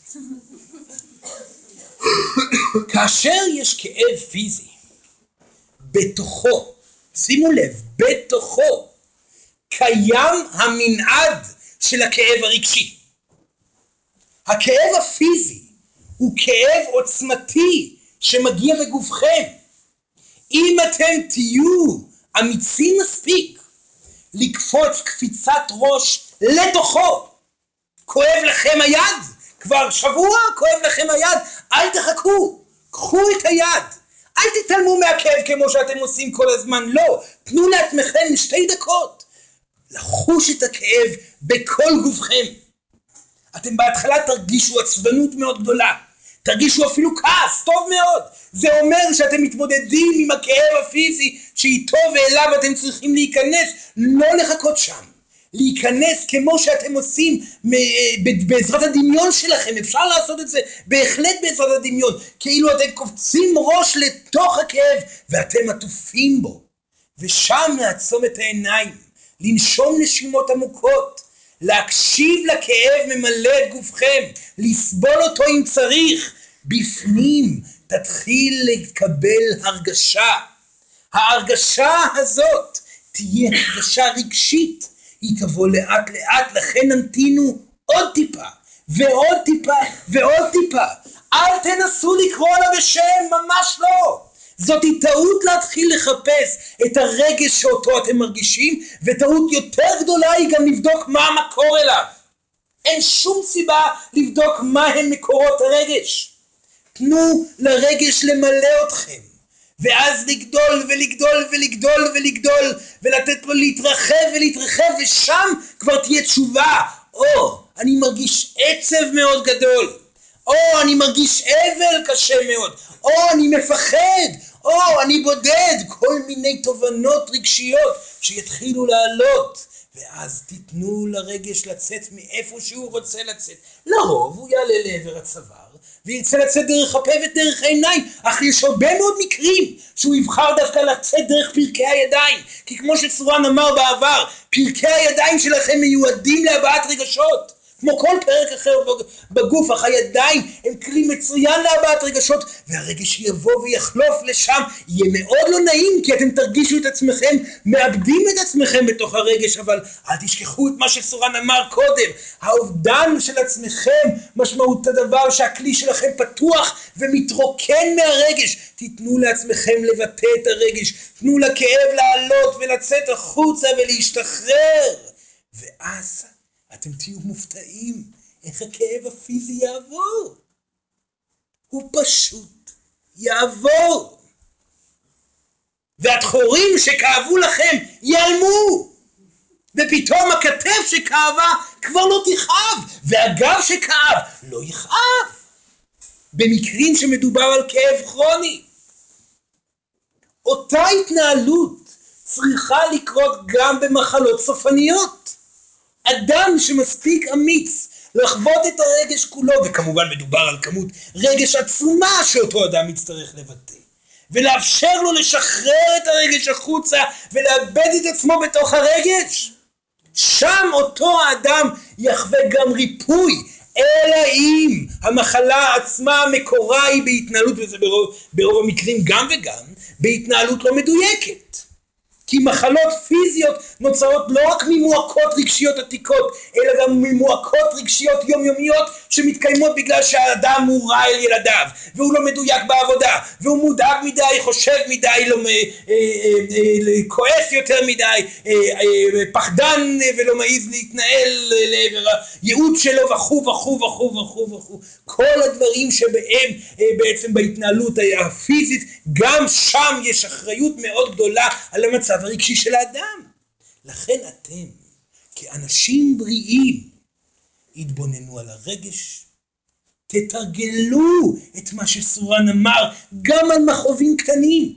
כאשר יש כאב פיזי, בתוכו, שימו לב, בתוכו, קיים המנעד של הכאב הרגשי. הכאב הפיזי הוא כאב עוצמתי שמגיע בגופכם. אם אתם תהיו אמיצים מספיק לקפוץ קפיצת ראש לתוכו, כואב לכם היד, כבר שבוע כואב לכם היד, אל תחכו, קחו את היד, אל תתעלמו מהכאב כמו שאתם עושים כל הזמן, לא, תנו לעצמכם שתי דקות לחוש את הכאב בכל גופכם. אתם בהתחלה תרגישו עצבנות מאוד גדולה, תרגישו אפילו כעס, טוב מאוד. זה אומר שאתם מתמודדים עם הכאב הפיזי שאיתו ואליו אתם צריכים להיכנס, לא לחכות שם. להיכנס כמו שאתם עושים בעזרת הדמיון שלכם. אפשר לעשות את זה בהחלט בעזרת הדמיון, כאילו אתם קופצים ראש לתוך הכאב ואתם עטופים בו, ושם לעצום את העיניים, לנשום נשימות עמוקות, להקשיב לכאב ממלא את גופכם, לסבול אותו אם צריך. בפנים תתחיל לקבל הרגשה. ההרגשה הזאת תהיה הרגשה רגשית, היא תבוא לאט לאט, לכן נמתינו עוד טיפה ועוד טיפה ועוד טיפה. אל תנסו לקרוא לה בשם, ממש לא. זאת היא טעות להתחיל לחפש את הרגש שאותו אתם מרגישים, וטעות יותר גדולה היא גם לבדוק מה המקור אליו. אין שום סיבה לבדוק מה הם מקורות הרגש. תנו לרגש למלא אתכם, ואז לגדול ולגדול ולגדול ולגדול, ולתת לו להתרחב ולהתרחב, ושם כבר תהיה תשובה. או, אני מרגיש עצב מאוד גדול, או אני מרגיש אבל קשה מאוד, או אני מפחד, או אני בודד, כל מיני תובנות רגשיות שיתחילו לעלות. ואז תיתנו לרגש לצאת מאיפה שהוא רוצה לצאת. לרוב הוא יעלה לעבר הצוואר וירצה לצאת דרך הפה ודרך העיניים, אך יש הרבה מאוד מקרים שהוא יבחר דווקא לצאת דרך פרקי הידיים, כי כמו שצורן אמר בעבר, פרקי הידיים שלכם מיועדים להבעת רגשות כמו כל פרק אחר בגוף, אך הידיים הם כלי מצוין להבעת רגשות, והרגש יבוא ויחלוף לשם. יהיה מאוד לא נעים, כי אתם תרגישו את עצמכם, מאבדים את עצמכם בתוך הרגש, אבל אל תשכחו את מה שסורן אמר קודם, האובדן של עצמכם משמעות הדבר שהכלי שלכם פתוח ומתרוקן מהרגש. תיתנו לעצמכם לבטא את הרגש, תנו לכאב לעלות ולצאת החוצה ולהשתחרר, ואז אתם תהיו מופתעים איך הכאב הפיזי יעבור. הוא פשוט יעבור. והדחורים שכאבו לכם ייעלמו. ופתאום הכתף שכאבה כבר לא תכאב, והגב שכאב לא יכאב. במקרים שמדובר על כאב כרוני. אותה התנהלות צריכה לקרות גם במחלות סופניות. אדם שמספיק אמיץ לחוות את הרגש כולו, וכמובן מדובר על כמות רגש עצומה שאותו אדם יצטרך לבטא, ולאפשר לו לשחרר את הרגש החוצה ולאבד את עצמו בתוך הרגש, שם אותו האדם יחווה גם ריפוי. אלא אם המחלה עצמה מקורה היא בהתנהלות, וזה ברוב, ברוב המקרים גם וגם בהתנהלות לא מדויקת. כי מחלות פיזיות נוצרות לא רק ממועקות רגשיות עתיקות, אלא גם ממועקות רגשיות יומיומיות שמתקיימות בגלל שהאדם הוא רע אל ילדיו, והוא לא מדויק בעבודה, והוא מודאג מדי, חושב מדי, לא, אה, אה, אה, כועס יותר מדי, אה, אה, פחדן ולא מעז להתנהל לעבר הייעוד שלו, וכו' וכו' וכו' וכו' וכו'. כל הדברים שבהם אה, בעצם בהתנהלות הפיזית, גם שם יש אחריות מאוד גדולה על המצב הרגשי של האדם. לכן אתם כאנשים בריאים התבוננו על הרגש, תתרגלו את מה שסורן אמר גם על מכאובים קטנים,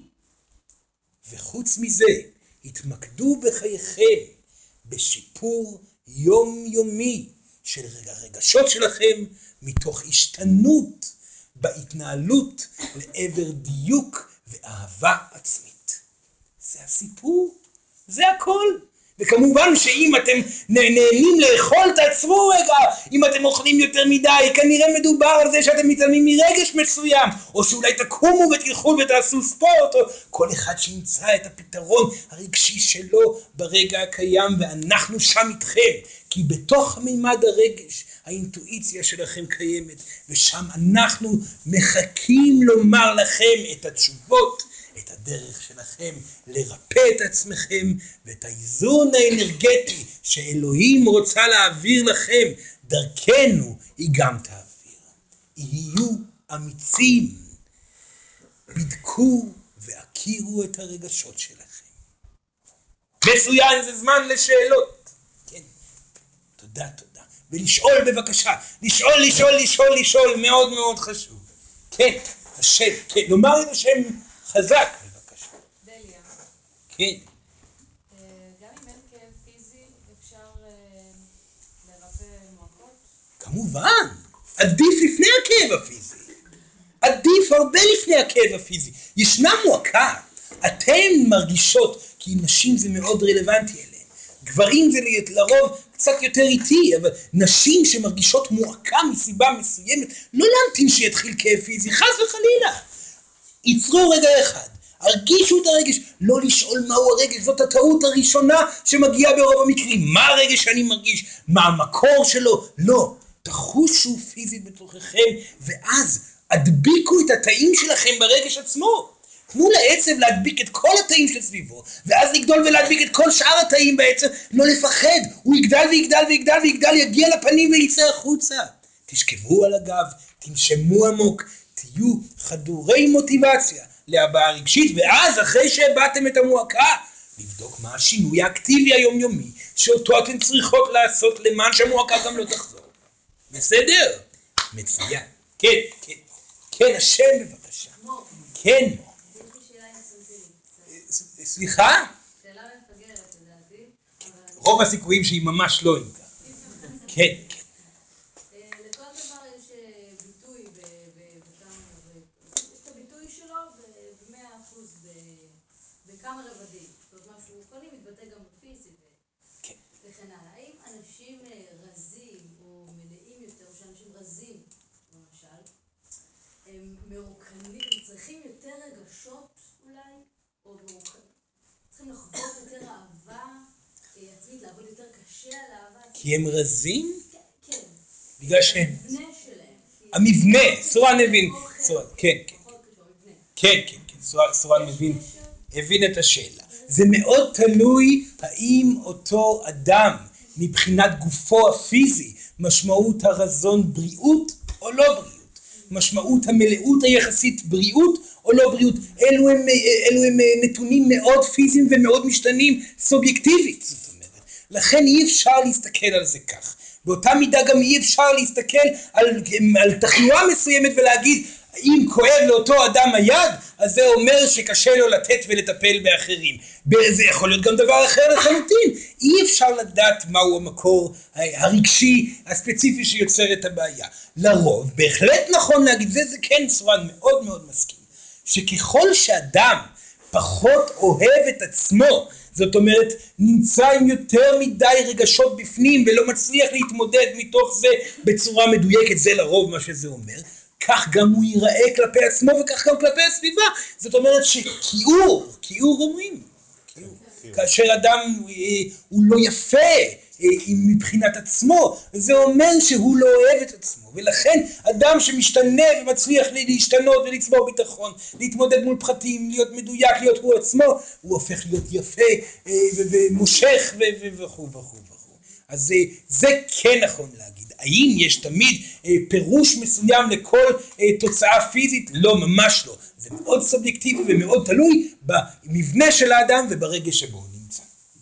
וחוץ מזה התמקדו בחייכם בשיפור יומיומי של הרגשות שלכם מתוך השתנות בהתנהלות לעבר דיוק ואהבה עצמית. זה הסיפור, זה הכל. וכמובן שאם אתם נהנים לאכול, תעצרו רגע. אם אתם אוכלים יותר מדי, כנראה מדובר על זה שאתם מתעלמים מרגש מסוים, או שאולי תקומו ותלכו ותעשו ספורט, או כל אחד שימצא את הפתרון הרגשי שלו ברגע הקיים, ואנחנו שם איתכם, כי בתוך מימד הרגש האינטואיציה שלכם קיימת, ושם אנחנו מחכים לומר לכם את התשובות, את הדרך שלכם לרפא את עצמכם, ואת האיזון האנרגטי שאלוהים רוצה להעביר לכם דרכנו היא גם תעביר. יהיו אמיצים, בדקו והכירו את הרגשות שלכם. מצוין, זה זמן לשאלות. כן, תודה תודה. ולשאול בבקשה, לשאול לשאול לשאול לשאול, מאוד מאוד חשוב. כן, השם, כן, נאמר את השם חזק בבקשה. דליה. כן. גם אם אין כאב פיזי אפשר לרפא מועקות? כמובן, עדיף לפני הכאב הפיזי. עדיף הרבה לפני הכאב הפיזי. ישנה מועקה, אתן מרגישות, כי נשים זה מאוד רלוונטי אליהם. גברים זה לרוב קצת יותר איטי, אבל נשים שמרגישות מועקה מסיבה מסוימת, לא להמתין שיתחיל כאב פיזי, חס וחלילה. ייצרו רגע אחד, הרגישו את הרגש, לא לשאול מהו הרגש, זאת הטעות הראשונה שמגיעה ברוב המקרים. מה הרגש שאני מרגיש? מה המקור שלו? לא, תחושו פיזית בתוככם, ואז הדביקו את התאים שלכם ברגש עצמו. תנו לעצב להדביק את כל התאים שסביבו, ואז לגדול ולהדביק את כל שאר התאים בעצם, לא לפחד, הוא יגדל ויגדל ויגדל ויגדל, יגיע לפנים ויצא החוצה. תשכבו על הגב, תנשמו עמוק, תהיו חדורי מוטיבציה, להבעה רגשית, ואז אחרי שהבאתם את המועקה, לבדוק מה השינוי האקטיבי היומיומי, שאותו אתן צריכות לעשות למען שהמועקה גם לא תחזור. בסדר? מצוין. כן, כן. כן, השם בבקשה. כן. יש לי שאלה אינסטנטילית. סליחה? שאלה מפגרת, לדעתי. רוב הסיכויים שהיא ממש לא איתה. כן, כן. לכל דבר יש ביטוי בכמה, יש את הביטוי שלו ב-מאה אחוז בכמה רבדים. זאת אומרת, משהו רוחני מתבטא גם בפיזי וכן הלאה. האם אנשים רזים או מלאים יותר, או שאנשים רזים, למשל, הם מרוקנים, הם צריכים יותר רגשות אולי, או מרוקנים, צריכים לחוות יותר אהבה עצמית, לעבוד יותר קשה על אהבה עצמית? כי הם רזים? כן. בגלל שהם... המבנה שלהם. המבנה, סורן הבין. כן, כן. כן, כן, כן. סורן מבין. הבין את השאלה. זה מאוד תלוי האם אותו אדם מבחינת גופו הפיזי, משמעות הרזון בריאות או לא בריאות. משמעות המלאות היחסית בריאות או לא בריאות. אלו הם, אלו הם נתונים מאוד פיזיים ומאוד משתנים סובייקטיבית. זאת אומרת. לכן אי אפשר להסתכל על זה כך. באותה מידה גם אי אפשר להסתכל על, על תחלואה מסוימת ולהגיד אם כואב לאותו אדם היד, אז זה אומר שקשה לו לתת ולטפל באחרים. זה יכול להיות גם דבר אחר לחלוטין. אי אפשר לדעת מהו המקור הרגשי הספציפי שיוצר את הבעיה. לרוב, בהחלט נכון להגיד, זה, זה כן סורן מאוד מאוד מסכים, שככל שאדם פחות אוהב את עצמו, זאת אומרת, נמצא עם יותר מדי רגשות בפנים ולא מצליח להתמודד מתוך זה בצורה מדויקת, זה לרוב מה שזה אומר, כך גם הוא ייראה כלפי עצמו וכך גם כלפי הסביבה. זאת אומרת שכיעור, כיעור אומרים, כיעור. כאשר אדם הוא לא יפה מבחינת עצמו, זה אומר שהוא לא אוהב את עצמו, ולכן אדם שמשתנה ומצליח להשתנות ולצבור ביטחון, להתמודד מול פחדים, להיות מדויק, להיות הוא עצמו, הוא הופך להיות יפה ומושך וכו' וכו'. אז זה, זה כן נכון להגיד. האם יש תמיד אה, פירוש מסוים לכל אה, תוצאה פיזית? לא, ממש לא. זה מאוד סובייקטיבי ומאוד תלוי במבנה של האדם וברגש שבו הוא נמצא.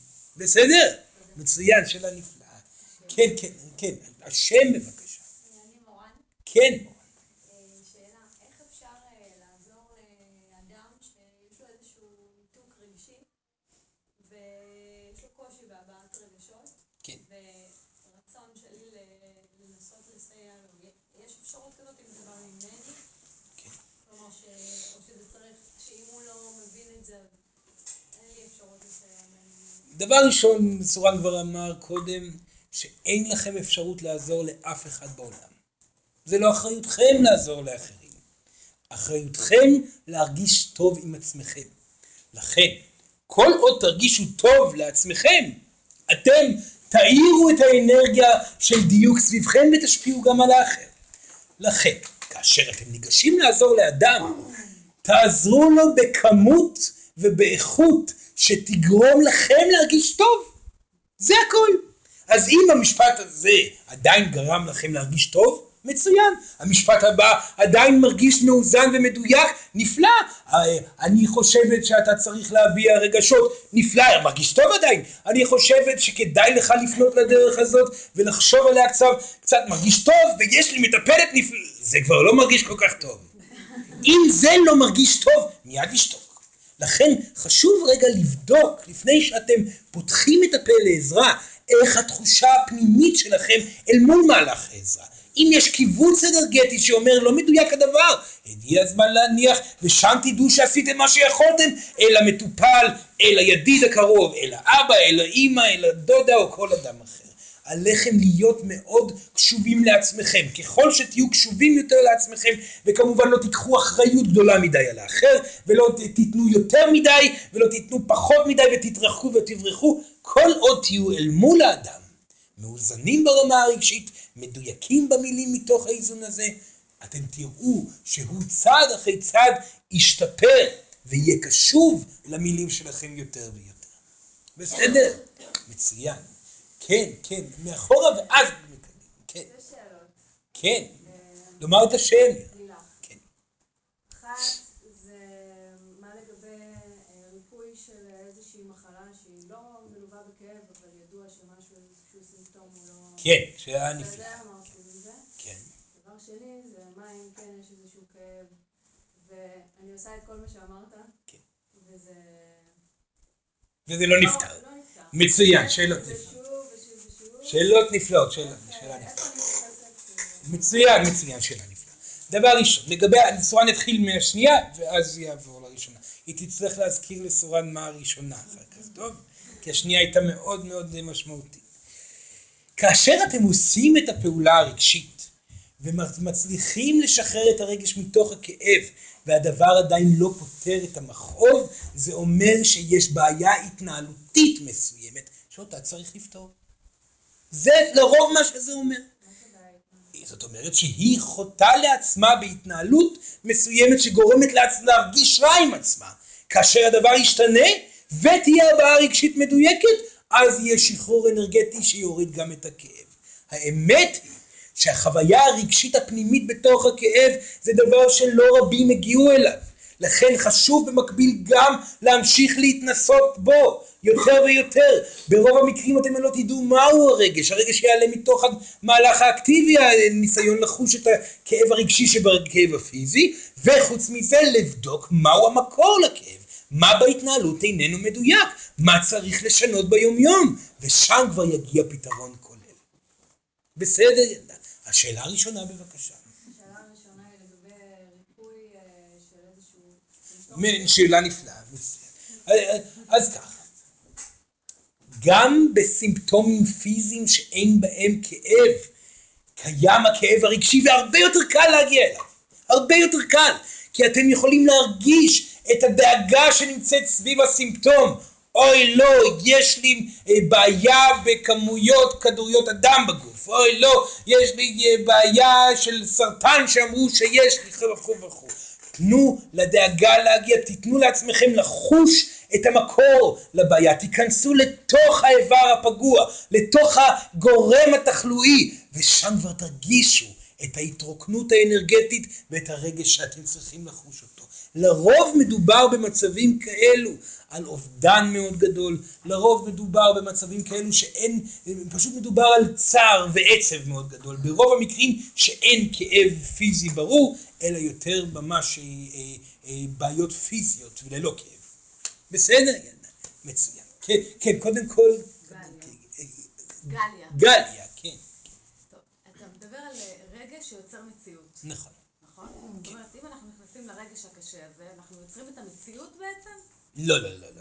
בסדר? מצוין, שאלה נפלאה. כן, כן, כן. השם בבקשה. אני מורן. כן, מורן. שאלה, איך אפשר לעזור לאדם שיש לו איזשהו ניתוק רגשי ויש לו קושי בהבעת רגשות? כן. ורצון שלי לנסות לסייע לו. יש אפשרות כזאת אם זה בא ממני? כן. כלומר, או שזה צריך, שאם הוא לא מבין את זה, אין לי אפשרות לסייע ממני. דבר ראשון, סורן כבר אמר קודם, שאין לכם אפשרות לעזור לאף אחד בעולם. זה לא אחריותכם לעזור לאחרים. אחריותכם להרגיש טוב עם עצמכם. לכן, כל עוד תרגישו טוב לעצמכם, אתם תאירו את האנרגיה של דיוק סביבכם ותשפיעו גם על האחר. לכן, כאשר אתם ניגשים לעזור לאדם, תעזרו לו בכמות ובאיכות שתגרום לכם להרגיש טוב. זה הכל. אז אם המשפט הזה עדיין גרם לכם להרגיש טוב, מצוין. המשפט הבא עדיין מרגיש מאוזן ומדויק, נפלא. אני חושבת שאתה צריך להביע רגשות, נפלא, מרגיש טוב עדיין. אני חושבת שכדאי לך לפנות לדרך הזאת ולחשוב עליה קצת, קצת מרגיש טוב, ויש לי מטפלת נפלא. זה כבר לא מרגיש כל כך טוב. אם זה לא מרגיש טוב, מיד לשתוק. לכן חשוב רגע לבדוק, לפני שאתם פותחים את הפה לעזרה, איך התחושה הפנימית שלכם אל מול מהלך העזרה. אם יש קיבוץ אנרגטי שאומר לא מדויק הדבר, הגיע הזמן להניח, ושם תדעו שעשיתם מה שיכולתם, אל המטופל, אל הידיד הקרוב, אל האבא, אל האמא, אל הדודה או כל אדם אחר. עליכם להיות מאוד קשובים לעצמכם. ככל שתהיו קשובים יותר לעצמכם, וכמובן לא תיקחו אחריות גדולה מדי על האחר, ולא תיתנו יותר מדי, ולא תיתנו פחות מדי, ותתרחקו ותברחו, כל עוד תהיו אל מול האדם, מאוזנים ברמה הרגשית, מדויקים במילים מתוך האיזון הזה, אתם תראו שהוא צעד אחרי צעד ישתפר, ויהיה קשוב למילים שלכם יותר ויותר. בסדר? מצוין. כן, כן, מאחורה ואז מקדימה. כן. שתי שאלות. כן. לומר את השם. לילך. כן. אחת זה לא מלווה בכאב, אבל ידוע שמשהו, איזשהו סימפטום הוא לא... כן, שאלה אתה נפלאה. יודע מה עושים עם זה? כן. דבר שני, זה מה אם כן יש איזשהו כאב, ואני עושה את כל מה שאמרת, כן. וזה... וזה לא נפתר. לא נפתר. מצוין, שאלות זה נפלאות. שוב ושוב ושוב. שאלות נפלאות, שאלה שאלה איפה נפלאה. אני מתייחסת? מצוין, מצוין, שאלה נפלאה. דבר ראשון, לגבי, סורן נתחיל מהשנייה, ואז יעבור לראשונה. היא תצטרך להזכיר לסורן מה הראשונה, אחר כך, טוב? כי השנייה הייתה מאוד מאוד משמעותית. כאשר אתם עושים את הפעולה הרגשית, ומצליחים לשחרר את הרגש מתוך הכאב, והדבר עדיין לא פותר את המכאוב, זה אומר שיש בעיה התנהלותית מסוימת, שאותה צריך לפתור. זה לרוב מה שזה אומר. זאת אומרת שהיא חוטאה לעצמה בהתנהלות מסוימת שגורמת לעצמה להרגיש רע עם עצמה. כאשר הדבר ישתנה ותהיה הבעה רגשית מדויקת, אז יהיה שחרור אנרגטי שיוריד גם את הכאב. האמת היא שהחוויה הרגשית הפנימית בתוך הכאב זה דבר שלא רבים הגיעו אליו. לכן חשוב במקביל גם להמשיך להתנסות בו יותר ויותר. ברוב המקרים אתם לא תדעו מהו הרגש. הרגש יעלה מתוך המהלך האקטיבי, הניסיון לחוש את הכאב הרגשי שבכאב הפיזי, וחוץ מזה לבדוק מהו המקור לכאב. מה בהתנהלות איננו מדויק, מה צריך לשנות ביומיום, ושם כבר יגיע פתרון כולל. בסדר, ילדה. השאלה הראשונה בבקשה. השאלה הראשונה היא לגבי ריפוי של איזשהו... שאלה נפלאה. אז ככה, גם בסימפטומים פיזיים שאין בהם כאב, קיים הכאב הרגשי והרבה יותר קל להגיע אליו. הרבה יותר קל, כי אתם יכולים להרגיש את הדאגה שנמצאת סביב הסימפטום. אוי לא, יש לי בעיה בכמויות כדוריות הדם בגוף. אוי לא, יש לי בעיה של סרטן שאמרו שיש לי וכו' וכו'. תנו לדאגה להגיע, תיתנו לעצמכם לחוש את המקור לבעיה, תיכנסו לתוך האיבר הפגוע, לתוך הגורם התחלואי, ושם כבר תרגישו את ההתרוקנות האנרגטית ואת הרגש שאתם צריכים לחוש אותו. לרוב מדובר במצבים כאלו על אובדן מאוד גדול, לרוב מדובר במצבים כאלו שאין, פשוט מדובר על צער ועצב מאוד גדול, ברוב המקרים שאין כאב פיזי ברור, אלא יותר ממש אה, אה, אה, בעיות פיזיות וללא כאב. בסדר, ילדה? מצוין. כן, כן, קודם כל... גליה. גליה, כן. טוב, אתה מדבר על רגש שיוצר מציאות. נכון. נכון? זאת אומרת, אם אנחנו נכנסים לרגש הקשה הזה, אנחנו יוצרים את המציאות בעצם? לא, לא, לא, לא.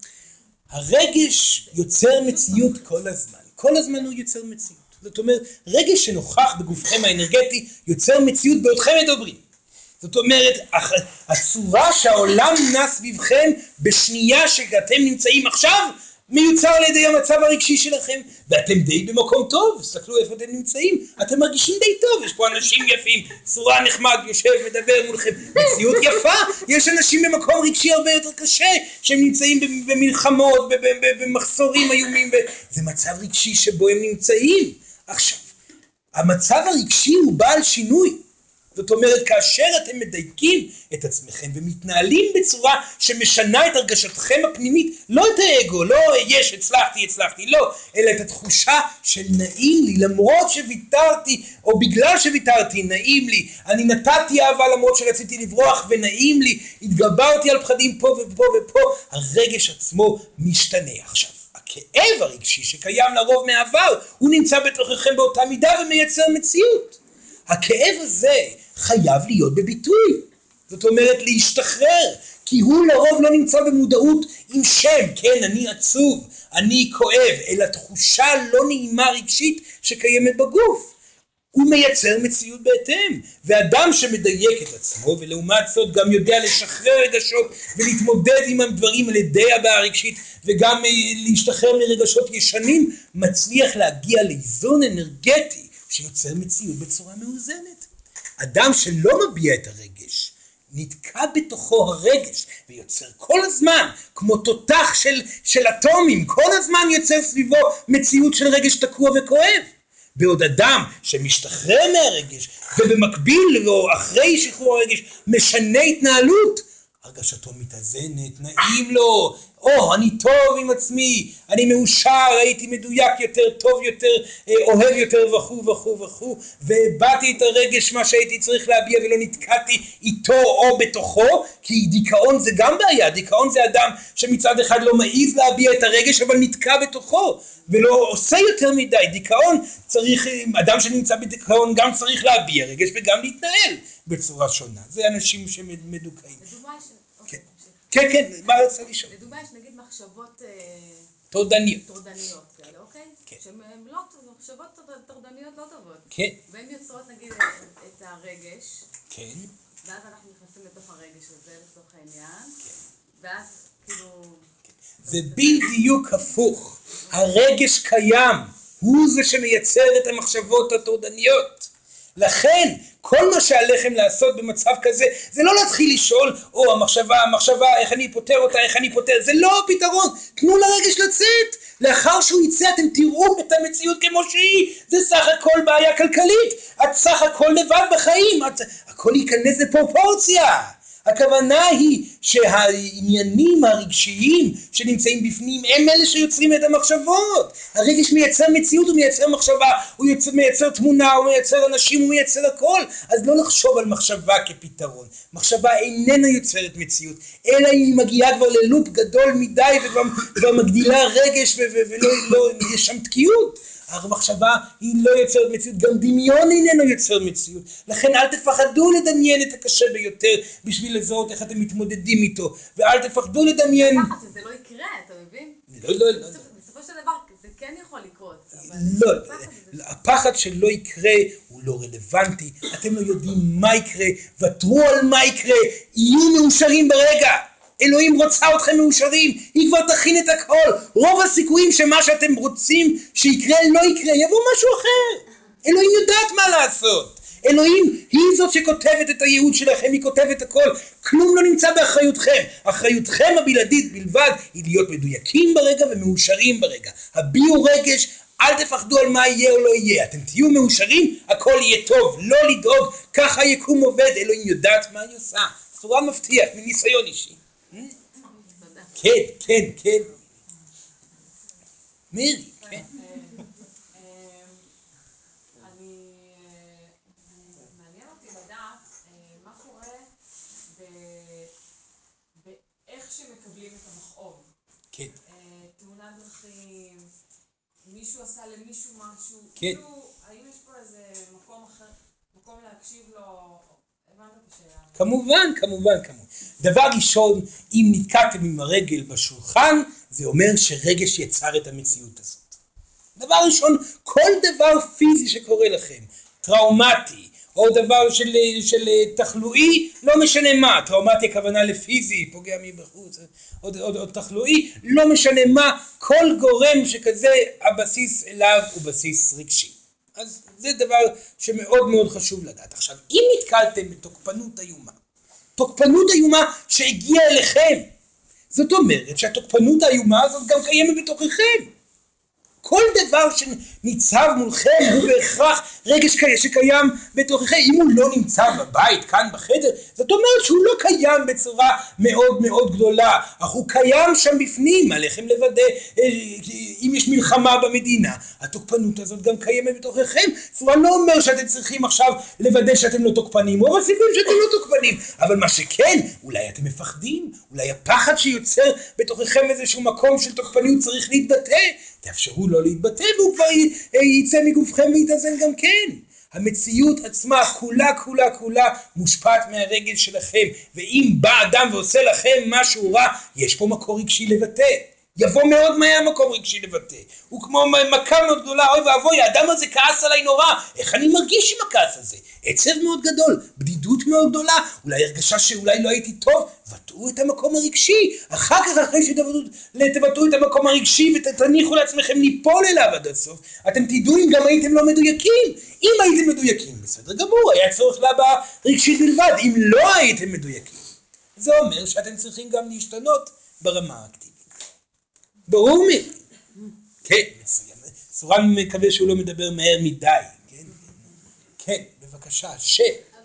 הרגש יוצר מציאות כל הזמן. כל הזמן הוא יוצר מציאות. זאת אומרת, רגש שנוכח בגופכם האנרגטי יוצר מציאות בעודכם מדברים. זאת אומרת, הצורה שהעולם נע סביבכם בשנייה שאתם נמצאים עכשיו, מיוצר על ידי המצב הרגשי שלכם, ואתם די במקום טוב, תסתכלו איפה אתם נמצאים, אתם מרגישים די טוב, יש פה אנשים יפים, צורה נחמד, יושב, מדבר מולכם, מציאות יפה, יש אנשים במקום רגשי הרבה יותר קשה, שהם נמצאים במלחמות, במחסורים איומים, זה מצב רגשי שבו הם נמצאים. עכשיו, המצב הרגשי הוא בעל שינוי, זאת אומרת, כאשר אתם מדייקים את עצמכם ומתנהלים בצורה שמשנה את הרגשתכם הפנימית, לא את האגו, לא יש, הצלחתי, הצלחתי, לא, אלא את התחושה של נעים לי, למרות שוויתרתי, או בגלל שוויתרתי, נעים לי, אני נתתי אהבה למרות שרציתי לברוח ונעים לי, התגברתי על פחדים פה ופה ופה, הרגש עצמו משתנה. עכשיו, הכאב הרגשי שקיים לרוב מהעבר, הוא נמצא בתוככם באותה מידה ומייצר מציאות. הכאב הזה חייב להיות בביטוי, זאת אומרת להשתחרר, כי הוא לרוב לא נמצא במודעות עם שם, כן, אני עצוב, אני כואב, אלא תחושה לא נעימה רגשית שקיימת בגוף. הוא מייצר מציאות בהתאם, ואדם שמדייק את עצמו, ולעומת זאת גם יודע לשחרר רגשות ולהתמודד עם הדברים על ידי הבעה רגשית, וגם להשתחרר מרגשות ישנים, מצליח להגיע לאיזון אנרגטי, שיוצר מציאות בצורה מאוזנת. אדם שלא מביע את הרגש, נתקע בתוכו הרגש, ויוצר כל הזמן, כמו תותח של, של אטומים, כל הזמן יוצר סביבו מציאות של רגש תקוע וכואב. בעוד אדם שמשתחרר מהרגש, ובמקביל או אחרי שחרור הרגש, משנה התנהלות, הרגשתו מתאזנת, נעים לו, או, אני טוב עם עצמי, אני מאושר, הייתי מדויק יותר, טוב יותר, אוהב יותר וכו' וכו' וכו', והבאתי את הרגש מה שהייתי צריך להביע ולא נתקעתי איתו או בתוכו, כי דיכאון זה גם בעיה, דיכאון זה אדם שמצד אחד לא מעיז להביע את הרגש אבל נתקע בתוכו ולא עושה יותר מדי. דיכאון צריך, אדם שנמצא בדיכאון גם צריך להביע רגש וגם להתנהל בצורה שונה, זה אנשים שמדוכאים. כן, כן, מה רצה לשאול? לדוגמה, יש נגיד מחשבות טורדניות. טורדניות כאלה, אוקיי? כן. שהן לא, מחשבות טורדניות לא טובות. כן. והן יוצרות נגיד את הרגש. כן. ואז אנחנו נכנסים לתוך הרגש הזה, לתוך העניין. ואז כאילו... זה בדיוק הפוך. הרגש קיים. הוא זה שמייצר את המחשבות הטורדניות. לכן, כל מה שעליכם לעשות במצב כזה, זה לא להתחיל לשאול, או המחשבה, המחשבה, איך אני פותר אותה, איך אני פותר, זה לא הפתרון. תנו לרגש לצאת. לאחר שהוא יצא, אתם תראו את המציאות כמו שהיא. זה סך הכל בעיה כלכלית. את סך הכל לבד בחיים. את, הכל ייכנס לפרופורציה. הכוונה היא שהעניינים הרגשיים שנמצאים בפנים הם אלה שיוצרים את המחשבות. הרגש מייצר מציאות, הוא מייצר מחשבה, הוא מייצר תמונה, הוא מייצר אנשים, הוא מייצר הכל. אז לא לחשוב על מחשבה כפתרון. מחשבה איננה יוצרת מציאות, אלא היא מגיעה כבר ללופ גדול מדי וכבר מגדילה רגש ולא לא, יש שם תקיעות. המחשבה היא לא יוצרת מציאות, גם דמיון איננו יוצר מציאות. לכן אל תפחדו לדמיין את הקשה ביותר בשביל לזהות איך אתם מתמודדים איתו, ואל תפחדו לדמיין... הפחד שזה לא יקרה, אתה מבין? לא, לא, לא. בסופו של דבר זה כן יכול לקרות. לא, הפחד שלא יקרה הוא לא רלוונטי, אתם לא יודעים מה יקרה, ותרו על מה יקרה, יהיו מאושרים ברגע. אלוהים רוצה אתכם מאושרים, היא כבר תכין את הכל. רוב הסיכויים שמה שאתם רוצים שיקרה לא יקרה, יבוא משהו אחר. אלוהים יודעת מה לעשות. אלוהים היא זאת שכותבת את הייעוד שלכם, היא כותבת הכל. כלום לא נמצא באחריותכם. אחריותכם הבלעדית בלבד היא להיות מדויקים ברגע ומאושרים ברגע. הביעו רגש, אל תפחדו על מה יהיה או לא יהיה. אתם תהיו מאושרים, הכל יהיה טוב. לא לדאוג, ככה יקום עובד. אלוהים יודעת מה היא עושה. צורה מבטיח, מניסיון אישי. כן, כן, כן. מירי, כן. אני... מעניין אותי לדעת מה קורה באיך שמקבלים את המכאוב. כן. תאונת דרכים, מישהו עשה למישהו משהו. כן. כאילו, האם יש פה איזה מקום אחר, מקום להקשיב לו? הבנת את השאלה? כמובן, כמובן, כמובן. דבר ראשון, אם נתקעתם עם הרגל בשולחן, זה אומר שרגש יצר את המציאות הזאת. דבר ראשון, כל דבר פיזי שקורה לכם, טראומטי, או דבר של, של תחלואי, לא משנה מה, טראומטי הכוונה לפיזי, פוגע מבחוץ, או, או, או תחלואי, לא משנה מה, כל גורם שכזה, הבסיס אליו הוא בסיס רגשי. אז זה דבר שמאוד מאוד חשוב לדעת. עכשיו, אם נתקלתם בתוקפנות איומה, תוקפנות איומה שהגיעה אליכם, זאת אומרת שהתוקפנות האיומה הזאת גם קיימת בתוככם. כל דבר שניצב מולכם הוא בהכרח רגש שקיים בתוככם. אם הוא לא נמצא בבית, כאן בחדר, זאת אומרת שהוא לא קיים בצורה מאוד מאוד גדולה, אך הוא קיים שם בפנים. עליכם לוודא, אם יש מלחמה במדינה, התוקפנות הזאת גם קיימת בתוככם. צורה לא אומר שאתם צריכים עכשיו לוודא שאתם לא תוקפנים, או הסיכויים שאתם לא תוקפנים, אבל מה שכן, אולי אתם מפחדים, אולי הפחד שיוצר בתוככם איזשהו מקום של תוקפנות צריך להתבטא. תאפשרו לו להתבטא והוא כבר ייצא מגופכם ויתאזן גם כן. המציאות עצמה כולה כולה כולה מושפעת מהרגל שלכם, ואם בא אדם ועושה לכם משהו רע, יש פה מקור רגשי לבטא. יבוא מאוד מהר מקום רגשי לבטא. הוא כמו מכה מאוד גדולה, אוי ואבוי, האדם הזה כעס עליי נורא. איך אני מרגיש עם הכעס הזה? עצב מאוד גדול, בדידות מאוד גדולה, אולי הרגשה שאולי לא הייתי טוב. בטאו את המקום הרגשי. אחר כך, אחרי שתבטאו את המקום הרגשי ותניחו לעצמכם ליפול אליו עד הסוף, אתם תדעו אם גם הייתם לא מדויקים. אם הייתם מדויקים, בסדר גמור, היה צורך להבעה רגשית בלבד. אם לא הייתם מדויקים, זה אומר שאתם צריכים גם להשתנות ברמה האקטיבית. ברור מי? כן, מצוין. סורן מקווה שהוא לא מדבר מהר מדי. כן, כן, בבקשה, ש...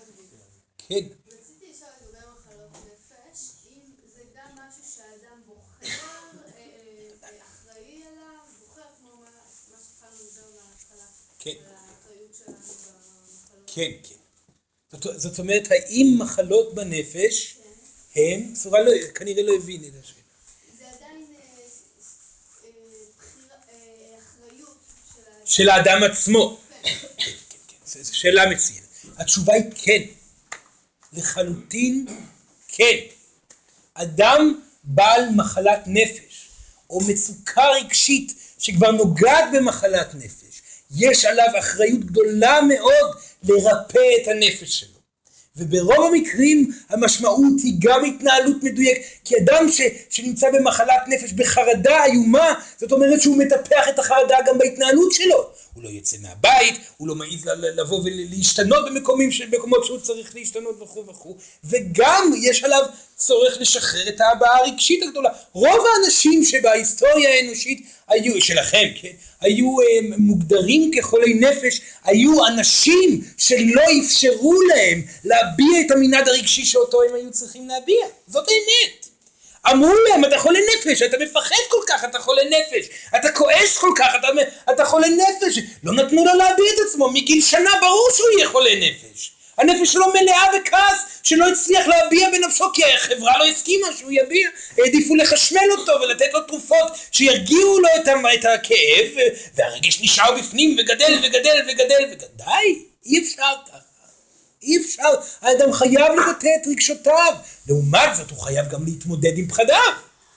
כן. רציתי לשאול לגבי מחלות נפש, אם זה גם משהו שהאדם בוחר כן, כן. זאת, זאת אומרת, האם מחלות בנפש הם, סורה לא, כנראה לא הבין את השאלה. זה עדיין אחריות של האדם עצמו. כן, כן, כן. זו שאלה מצוינת. התשובה היא כן. לחלוטין כן. אדם בעל מחלת נפש, או מצוקה רגשית שכבר נוגעת במחלת נפש, יש עליו אחריות גדולה מאוד לרפא את הנפש שלו. וברוב המקרים המשמעות היא גם התנהלות מדויק, כי אדם ש, שנמצא במחלת נפש בחרדה איומה, זאת אומרת שהוא מטפח את החרדה גם בהתנהלות שלו. הוא לא יצא מהבית, הוא לא מעיז לבוא ולהשתנות במקומים, במקומות שהוא צריך להשתנות וכו' וכו', וגם יש עליו צורך לשחרר את ההבעה הרגשית הגדולה. רוב האנשים שבהיסטוריה האנושית היו, שלכם, כן, היו הם, מוגדרים כחולי נפש, היו אנשים שלא אפשרו להם להביע את המנעד הרגשי שאותו הם היו צריכים להביע. זאת האמת. אמרו להם, אתה חולה נפש, אתה מפחד כל כך, אתה חולה נפש, אתה כועס כל כך, אתה, אתה חולה נפש. לא נתנו לו להביע את עצמו, מגיל שנה ברור שהוא יהיה חולה נפש. הנפש שלו מלאה וכעס שלא הצליח להביע בנפשו, כי החברה לא הסכימה שהוא יביע. העדיפו לחשמל אותו ולתת לו תרופות שירגיעו לו את הכאב, והרגש נשאר בפנים וגדל וגדל וגדל וגדל. אי אפשר ככה. אי אפשר. האדם חייב לבטא את רגשותיו. לעומת זאת הוא חייב גם להתמודד עם פחדיו.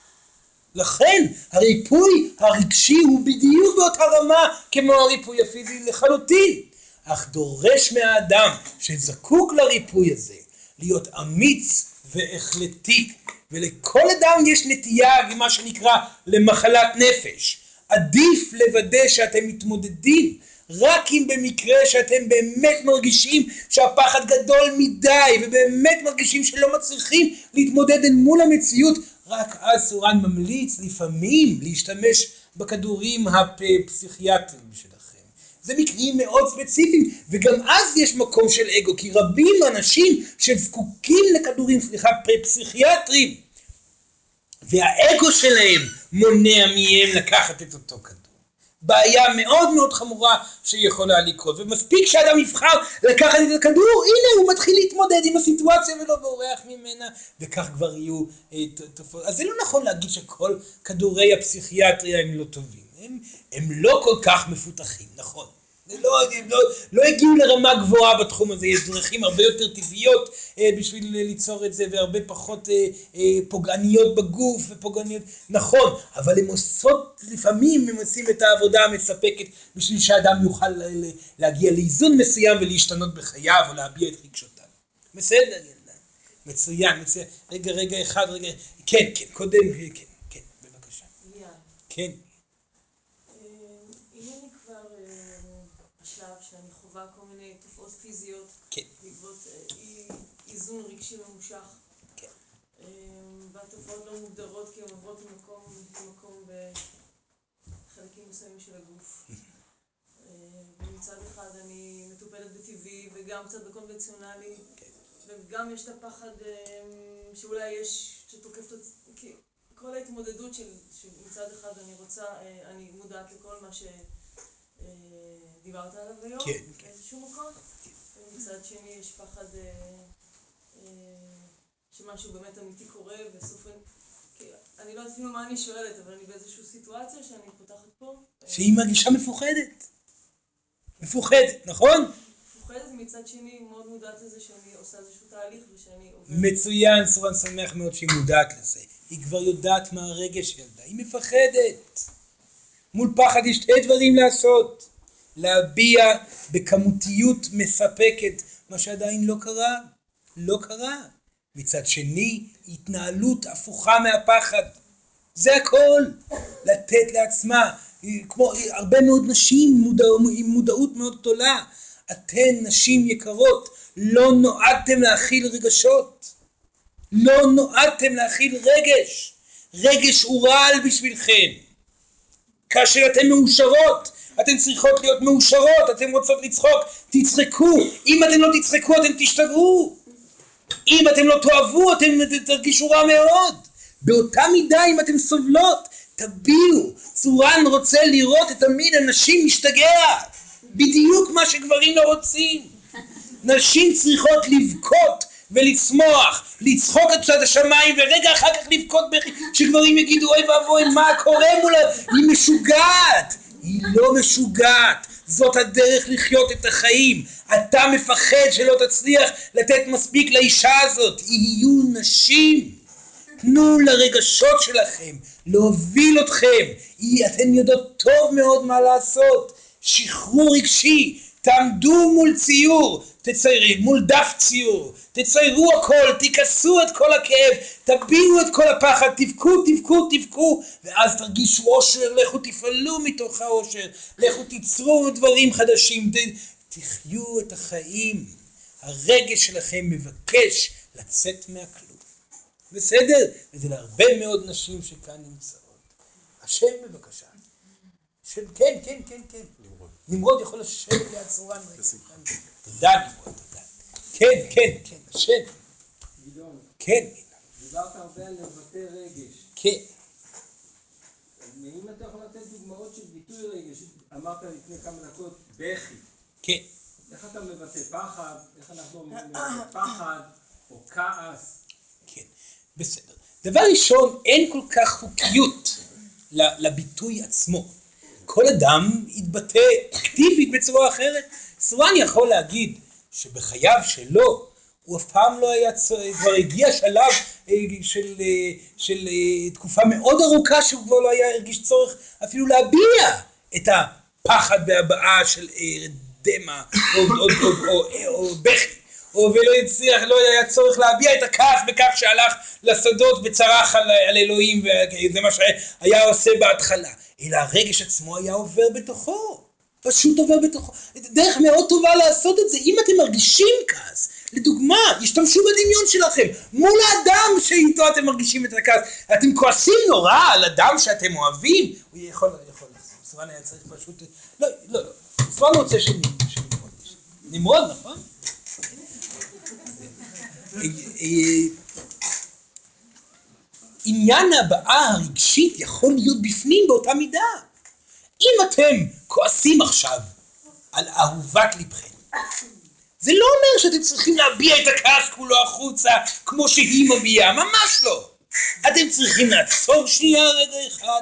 לכן הריפוי הרגשי הוא בדיוק באותה רמה כמו הריפוי הפיזי לחלוטין. אך דורש מהאדם שזקוק לריפוי הזה להיות אמיץ והחלטי. ולכל אדם יש נטייה, מה שנקרא, למחלת נפש. עדיף לוודא שאתם מתמודדים רק אם במקרה שאתם באמת מרגישים שהפחד גדול מדי ובאמת מרגישים שלא מצליחים להתמודד אל מול המציאות, רק אז סורן ממליץ לפעמים להשתמש בכדורים הפסיכיאטריים שלכם. זה מקרים מאוד ספציפיים, וגם אז יש מקום של אגו, כי רבים אנשים שזקוקים לכדורים, סליחה, פסיכיאטריים, והאגו שלהם מונע מהם לקחת את אותו כדור. בעיה מאוד מאוד חמורה שיכולה לקרות, ומספיק שאדם יבחר לקחת את הכדור, הנה הוא מתחיל להתמודד עם הסיטואציה ולא בורח ממנה, וכך כבר יהיו אה, תופעות. אז זה לא נכון להגיד שכל כדורי הפסיכיאטריה הם לא טובים, הם, הם לא כל כך מפותחים, נכון. לא, לא, לא הגיעו לרמה גבוהה בתחום הזה, יש דרכים הרבה יותר טבעיות אה, בשביל ליצור את זה, והרבה פחות אה, אה, פוגעניות בגוף ופוגעניות, נכון, אבל הם עושות, לפעמים הם עושים את העבודה המספקת בשביל שאדם יוכל להגיע לאיזון מסוים ולהשתנות בחייו או להביע את רגשותיו. בסדר, ילדה, מצוין, מצוין, רגע, רגע אחד, רגע, כן, כן, קודם, כן, כן, בבקשה. כן. שאני חווה כל מיני תופעות פיזיות, כן. בעקבות אי איזון רגשי ממושך. כן. והתופעות לא מוגדרות כי הן עוברות ממקום למקום בחלקים מסוימים של הגוף. ומצד אחד אני מטופלת בטבעי וגם קצת בקונבנציונלי, וגם יש את הפחד שאולי יש, שתוקף את כי כל ההתמודדות של, שמצד אחד אני רוצה, אני מודעת לכל מה ש... דיברת עליו היום, כן, כן. באיזשהו מקום, ומצד שני יש פחד שמשהו באמת אמיתי קורה, בסוף אני לא יודעת אפילו מה אני שואלת, אבל אני באיזושהי סיטואציה שאני פותחת פה. שהיא מרגישה מפוחדת. מפוחדת, נכון? מפוחדת, מצד שני מאוד מודעת לזה שאני עושה איזשהו תהליך ושאני עוברת. מצוין, סורן, שמח מאוד שהיא מודעת לזה. היא כבר יודעת מה הרגש ילדה, היא מפחדת. מול פחד יש שתי דברים לעשות. להביע בכמותיות מספקת מה שעדיין לא קרה. לא קרה. מצד שני, התנהלות הפוכה מהפחד. זה הכל. לתת לעצמה. כמו הרבה מאוד נשים מודע, עם מודעות מאוד גדולה. אתן נשים יקרות, לא נועדתם להכיל רגשות. לא נועדתם להכיל רגש. רגש הוא רעל בשבילכם. כאשר אתן מאושרות, אתן צריכות להיות מאושרות, אתן רוצות לצחוק, תצחקו. אם אתן לא תצחקו, אתן תשתגעו. אם אתן לא תאהבו, אתן תרגישו רע מאוד. באותה מידה, אם אתן סובלות, תביעו. סורן רוצה לראות את המין הנשים משתגע. בדיוק מה שגברים לא רוצים. נשים צריכות לבכות ולצמוח, לצחוק את פצעת השמיים, ורגע אחר כך לבכות בכי, שגברים יגידו אוי ואבוי, מה קורה מולה? היא משוגעת. היא לא משוגעת. זאת הדרך לחיות את החיים. אתה מפחד שלא תצליח לתת מספיק לאישה הזאת. יהיו נשים. תנו לרגשות שלכם להוביל אתכם. אתן יודעות טוב מאוד מה לעשות. שחרור רגשי. תעמדו מול ציור, תציירי, מול דף ציור, תציירו הכל, תיכסו את כל הכאב, תביאו את כל הפחד, תבכו, תבכו, תבכו, ואז תרגישו אושר, לכו תפעלו מתוך האושר, לכו תיצרו דברים חדשים, תחיו את החיים. הרגש שלכם מבקש לצאת מהכלום. בסדר? וזה להרבה מאוד נשים שכאן נמצאות. השם בבקשה. של, כן, כן, כן, כן. נמרוד יכול לשבת ליד סורן. תודה נמרוד, תודה. כן, כן, כן, השם. גדעון. כן. דיברת הרבה על לבטא רגש. כן. אם אתה יכול לתת דוגמאות של ביטוי רגש, אמרת לפני כמה דקות, בכי. כן. איך אתה מבטא פחד? איך אנחנו מבטא פחד או כעס? כן, בסדר. דבר ראשון, אין כל כך חוקיות לביטוי עצמו. כל אדם יתבטא אקטיבית בצורה אחרת. סורן יכול להגיד שבחייו שלו הוא אף פעם לא היה, כבר הגיע שלב של, של תקופה מאוד ארוכה שהוא כבר לא היה הרגיש צורך אפילו להביע את הפחד בהבעה של דמע או, או, או, או, או, או בכי. ולא הצליח, לא היה צורך להביע את הכעס בכך שהלך לשדות וצרח על, על אלוהים, וזה מה שהיה עושה בהתחלה. אלא הרגש עצמו היה עובר בתוכו. פשוט עובר בתוכו. דרך מאוד טובה לעשות את זה. אם אתם מרגישים כעס, לדוגמה, השתמשו בדמיון שלכם. מול האדם שאיתו אתם מרגישים את הכעס. אתם כועסים נורא על אדם שאתם אוהבים. הוא יכול, יכול. סורן היה צריך פשוט... לא, לא, לא. סורן רוצה שנמרוד. נמרוד, נכון? עניין הבאה הרגשית יכול להיות בפנים באותה מידה. אם אתם כועסים עכשיו על אהובת לבכם, זה לא אומר שאתם צריכים להביע את הכעס כולו החוצה כמו שהיא מביעה, ממש לא. אתם צריכים לעצור שנייה רגע אחד,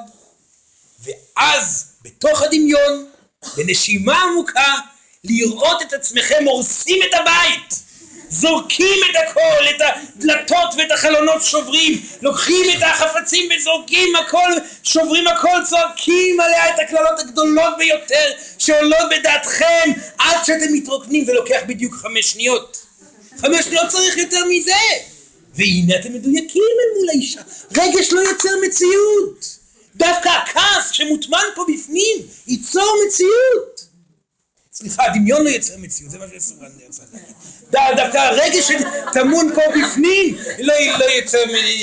ואז בתוך הדמיון, בנשימה עמוקה, לראות את עצמכם הורסים את הבית. זורקים את הכל, את הדלתות ואת החלונות שוברים, לוקחים את החפצים וזורקים הכל, שוברים הכל, צועקים עליה את הכללות הגדולות ביותר שעולות בדעתכם עד שאתם מתרוקנים. זה לוקח בדיוק חמש שניות. חמש שניות צריך יותר מזה. והנה אתם מדויקים אל מול האישה. רגש לא יוצר מציאות. דווקא הכעס שמוטמן פה בפנים ייצור מציאות. סליחה, הדמיון לא יוצר מציאות, זה מה שסורן יצא להגיד. דווקא הרגש שטמון פה בפנים לא, לא יוצר,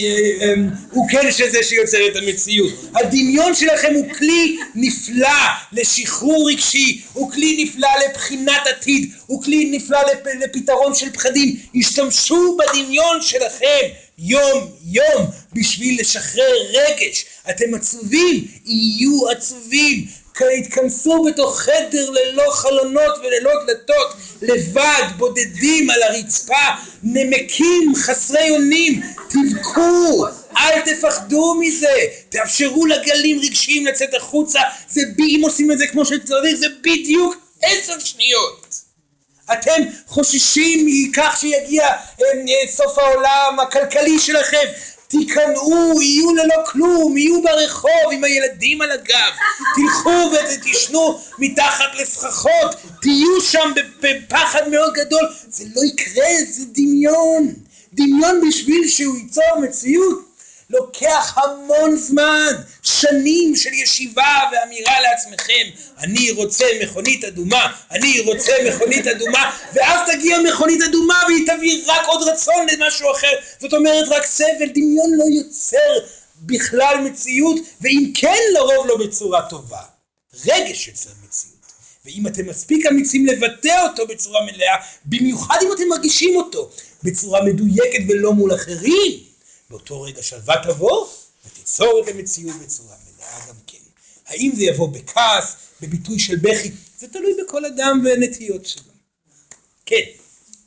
הוא כן שזה שיוצר את המציאות. הדמיון שלכם הוא כלי נפלא לשחרור רגשי, הוא כלי נפלא לבחינת עתיד, הוא כלי נפלא לפתרון של פחדים. השתמשו בדמיון שלכם יום יום בשביל לשחרר רגש. אתם עצובים, יהיו עצובים. התכנסו בתוך חדר ללא חלונות וללא דלתות, לבד, בודדים על הרצפה, נמקים, חסרי אונים, תבכו, אל תפחדו מזה, תאפשרו לגלים רגשיים לצאת החוצה. זה בי, אם עושים את זה כמו שצריך, זה בדיוק עשר שניות. אתם חוששים מכך שיגיע סוף העולם הכלכלי שלכם, תיכנעו, יהיו ללא כלום, יהיו ברחוב עם הילדים על הגב, תלכו ותשנו מתחת לסככות, תהיו שם בפחד מאוד גדול. זה לא יקרה, זה דמיון. דמיון בשביל שהוא ייצור מציאות לוקח המון זמן, שנים של ישיבה ואמירה לעצמכם, אני רוצה מכונית אדומה, אני רוצה מכונית אדומה, ואז תגיע מכונית אדומה והיא תביא רק עוד רצון למשהו אחר. זאת אומרת רק סבל. דמיון לא יוצר בכלל מציאות, ואם כן לרוב לא בצורה טובה. רגש יוצר מציאות, ואם אתם מספיק אמיצים לבטא אותו בצורה מלאה, במיוחד אם אתם מרגישים אותו בצורה מדויקת ולא מול אחרים, באותו רגע שלווה תבוא ותיצור את המציאות בצורה מלאה גם כן. האם זה יבוא בכעס, בביטוי של בכי? זה תלוי בכל אדם והנטיות שלו. כן.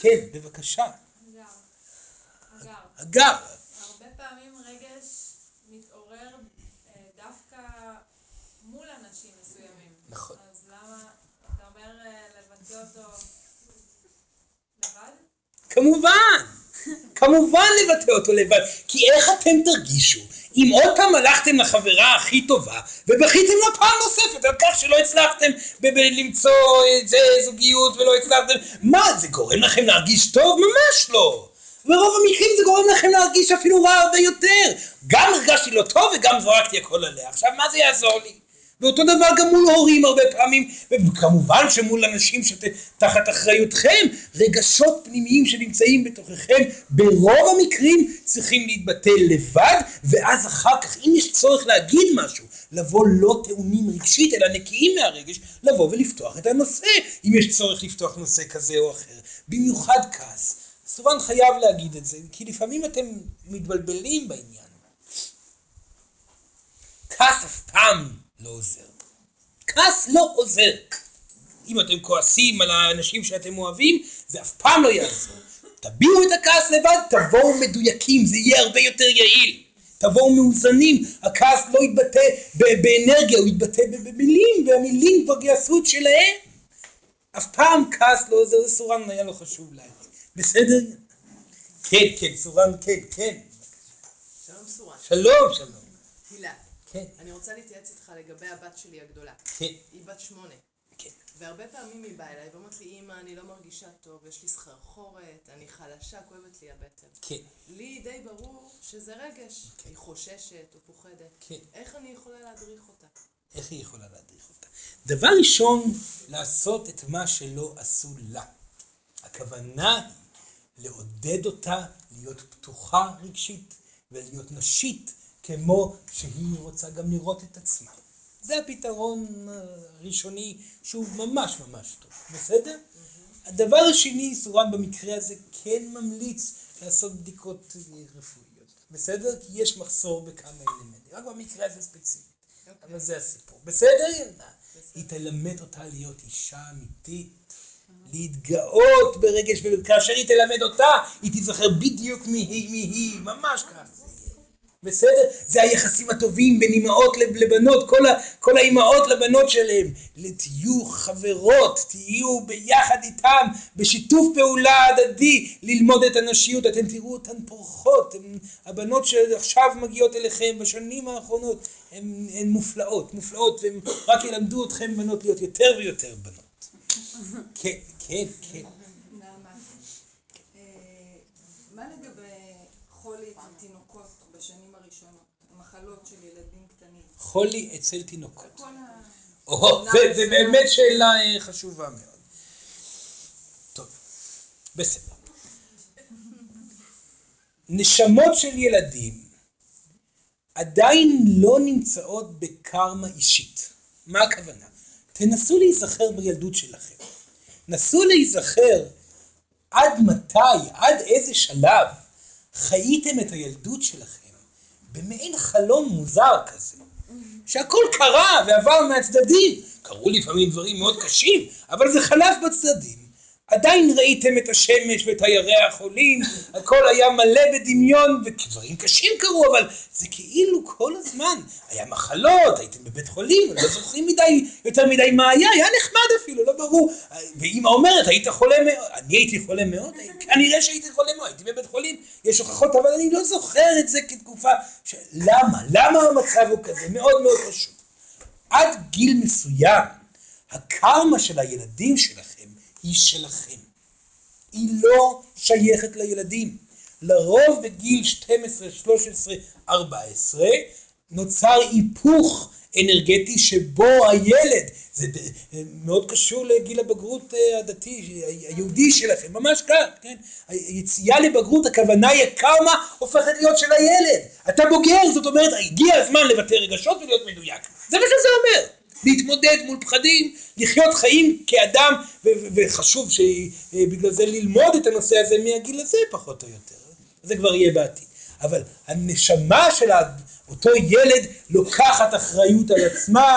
כן, בבקשה. אגר. אגר. אגר. הרבה פעמים רגש מתעורר אה, דווקא מול אנשים מסוימים. נכון. אז למה, אתה אומר אה, לבטא אותו לבד? כמובן, כמובן לבטא אותו לבד, כי איך אתם תרגישו אם עוד פעם הלכתם לחברה הכי טובה ובכיתם לה פעם נוספת על כך שלא הצלחתם ב- ב- למצוא את זה זוגיות ולא הצלחתם, מה זה גורם לכם להרגיש טוב? ממש לא. ברוב המקרים זה גורם לכם להרגיש אפילו רע הרבה יותר. גם הרגשתי לא טוב וגם זרקתי הכל עליה, עכשיו מה זה יעזור לי? ואותו דבר גם מול הורים הרבה פעמים, וכמובן שמול אנשים שתחת אחריותכם, רגשות פנימיים שנמצאים בתוככם, ברוב המקרים צריכים להתבטא לבד, ואז אחר כך אם יש צורך להגיד משהו, לבוא לא טעונים רגשית, אלא נקיים מהרגש, לבוא ולפתוח את הנושא, אם יש צורך לפתוח נושא כזה או אחר, במיוחד כעס. סורן חייב להגיד את זה, כי לפעמים אתם מתבלבלים בעניין. כעס אף פעם לא עוזר. כעס לא עוזר. אם אתם כועסים על האנשים שאתם אוהבים, זה אף פעם לא יעזור. תביאו את הכעס לבד, תבואו מדויקים, זה יהיה הרבה יותר יעיל. תבואו מאוזנים, הכעס לא יתבטא ב- באנרגיה, הוא יתבטא ב- במילים, והמילים כבר יעשו את שלהם. אף פעם כעס לא עוזר, זה סורן היה לו חשוב להגיד. בסדר? כן, כן, סורן, כן, כן. שלום סורן. שלום, שלום. הילה. כן. אני רוצה להתייעץ איתך לגבי הבת שלי הגדולה. כן. היא בת שמונה. כן. והרבה פעמים היא באה אליי ואומרת לי, אמא, אני לא מרגישה טוב, יש לי סחרחורת, אני חלשה, כואבת לי הבטן. כן. לי די ברור שזה רגש. היא חוששת או פוחדת. כן. איך אני יכולה להדריך אותה? איך היא יכולה להדריך אותה? דבר ראשון, לעשות את מה שלא עשו לה. הכוונה היא לעודד אותה להיות פתוחה רגשית ולהיות נשית כמו שהיא רוצה גם לראות את עצמה. זה הפתרון הראשוני שהוא ממש ממש טוב, בסדר? הדבר השני, סורן במקרה הזה כן ממליץ לעשות בדיקות רפואיות, בסדר? כי יש מחסור בכמה אלמנטים, רק במקרה הזה ספציפית, אבל זה הסיפור, בסדר ילדה? היא תלמד אותה להיות אישה אמיתית, להתגאות ברגש, וכאשר היא תלמד אותה, היא תזכר בדיוק מי היא, מי היא, ממש ככה. בסדר? זה היחסים הטובים בין אמהות לבנות, כל, ה, כל האמהות לבנות שלהם. תהיו חברות, תהיו ביחד איתם, בשיתוף פעולה הדדי, ללמוד את הנשיות. אתם תראו אותן פורחות, הם, הבנות שעכשיו מגיעות אליכם בשנים האחרונות, הן, הן מופלאות, מופלאות, והם רק ילמדו אתכם בנות להיות יותר ויותר בנות. כן, כן, כן. נעמה, מה לגבי חולי אצל תינוקות בשנים הראשונות, מחלות של ילדים קטנים? חולי אצל תינוקות. כל ה... או, זה, זה באמת שאלה חשובה מאוד. טוב, בסדר. נשמות של ילדים עדיין לא נמצאות בקרמה אישית. מה הכוונה? תנסו להיזכר בילדות שלכם. נסו להיזכר עד מתי, עד איזה שלב חייתם את הילדות שלכם במעין חלום מוזר כזה. שהכל קרה ועבר מהצדדים. קרו לפעמים דברים מאוד קשים, אבל זה חלף בצדדים. עדיין ראיתם את השמש ואת הירח עולים, הכל היה מלא בדמיון, ודברים קשים קרו, אבל זה כאילו כל הזמן. היה מחלות, הייתם בבית חולים, לא זוכרים מדי, יותר מדי מה היה, היה נחמד אפילו, לא ברור. ואמא אומרת, היית חולה מאוד, אני הייתי חולה מאוד, כנראה שהייתי חולה מאוד, הייתי בבית חולים, יש הוכחות, אבל אני לא זוכר את זה כתקופה. ש... למה? למה המצב הוא כזה? מאוד מאוד פשוט. עד גיל מסוים, הקרמה של הילדים שלכם היא שלכם. היא לא שייכת לילדים. לרוב בגיל שתים עשרה, שלוש עשרה, ארבע עשרה נוצר היפוך אנרגטי שבו הילד, זה מאוד קשור לגיל הבגרות הדתי, היהודי שלכם, ממש כך, כן? היציאה לבגרות, הכוונה היא הקרמה הופכת להיות של הילד. אתה בוגר, זאת אומרת, הגיע הזמן לבטא רגשות ולהיות מדויק. זה מה שזה אומר. להתמודד מול פחדים, לחיות חיים כאדם, ו- ו- וחשוב שבגלל זה ללמוד את הנושא הזה מהגיל הזה פחות או יותר. זה כבר יהיה בעתיד. אבל הנשמה של אותו ילד לוקחת אחריות על עצמה,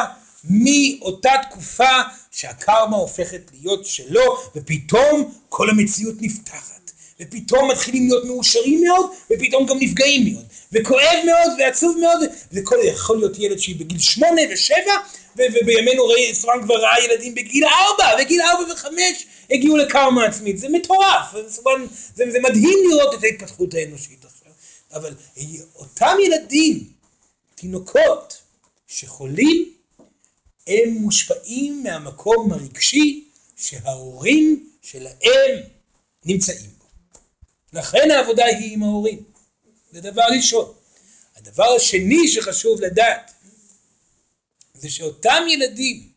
מאותה תקופה שהקרמה הופכת להיות שלו, ופתאום כל המציאות נפתחת, ופתאום מתחילים להיות מאושרים מאוד, ופתאום גם נפגעים מאוד, וכואב מאוד ועצוב מאוד, וכל יכול להיות ילד שהיא בגיל שמונה ושבע, ובימינו סורן כבר ראה ילדים בגיל ארבע, בגיל ארבע וחמש הגיעו לקרמה עצמית. זה מטורף, זה, זה מדהים לראות את ההתפתחות האנושית עכשיו. אבל אותם ילדים, תינוקות שחולים, הם מושפעים מהמקום הרגשי שההורים שלהם נמצאים בו. לכן העבודה היא עם ההורים. זה דבר ראשון. הדבר השני שחשוב לדעת, זה שאותם ילדים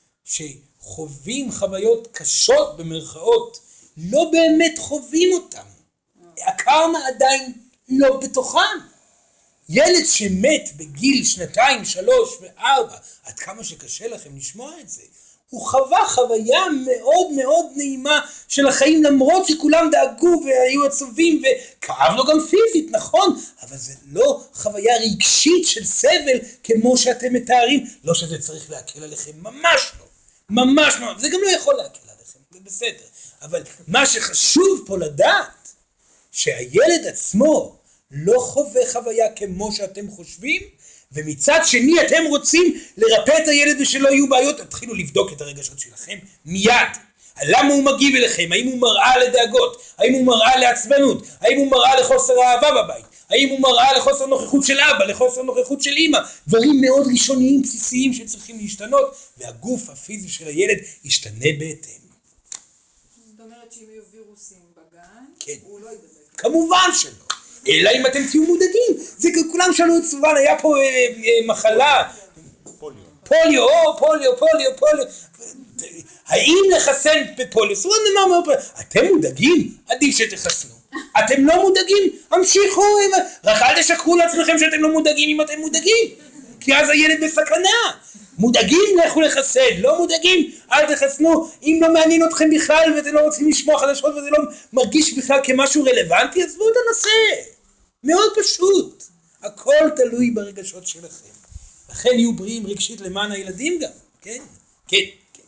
שחווים חוויות קשות במרכאות, לא באמת חווים אותם. הקרמה עדיין לא בתוכם. ילד שמת בגיל שנתיים, שלוש וארבע, עד כמה שקשה לכם לשמוע את זה, הוא חווה חוויה מאוד מאוד נעימה של החיים, למרות שכולם דאגו והיו עצובים וכאב לו גם פיזית, נכון? אבל זה לא חוויה רגשית של סבל כמו שאתם מתארים. לא שזה צריך להקל עליכם, ממש לא. ממש לא. זה גם לא יכול להקל עליכם, זה בסדר. אבל מה שחשוב פה לדעת, שהילד עצמו לא חווה חוויה כמו שאתם חושבים, ומצד שני אתם רוצים לרפא את הילד ושלא יהיו בעיות. תתחילו לבדוק את הרגשות שלכם מיד. למה הוא מגיב אליכם? האם הוא מראה לדאגות? האם הוא מראה לעצבנות? האם הוא מראה לחוסר אהבה בבית? האם הוא מראה לחוסר נוכחות של אבא, לחוסר נוכחות של אמא? דברים מאוד ראשוניים, בסיסיים שצריכים להשתנות, והגוף הפיזי של הילד ישתנה בהתאם. זאת אומרת שאם יהיו וירוסים בגן, כן. הוא לא ידבק. כמובן שלא. אלא אם אתם תהיו מודאגים. זה כולם שאלו את סובן, היה פה אה, אה, מחלה. פוליו. פוליו, או, פוליו, פוליו, פוליו. האם לחסן בפוליו? סובן אמר מאוד פוליו. אתם מודאגים? עדיף שתחסנו. אתם לא מודאגים? המשיכו. רק אל תשקרו לעצמכם שאתם לא מודאגים אם אתם מודאגים. כי אז הילד בסכנה. מודאגים לכו לחסן, לא מודאגים אל תחסנו. אם לא מעניין אתכם בכלל ואתם לא רוצים לשמוע חדשות וזה לא מרגיש בכלל כמשהו רלוונטי, עזבו את הנושא. מאוד פשוט. הכל תלוי ברגשות שלכם. לכן יהיו בריאים רגשית למען הילדים גם. כן? כן, כן.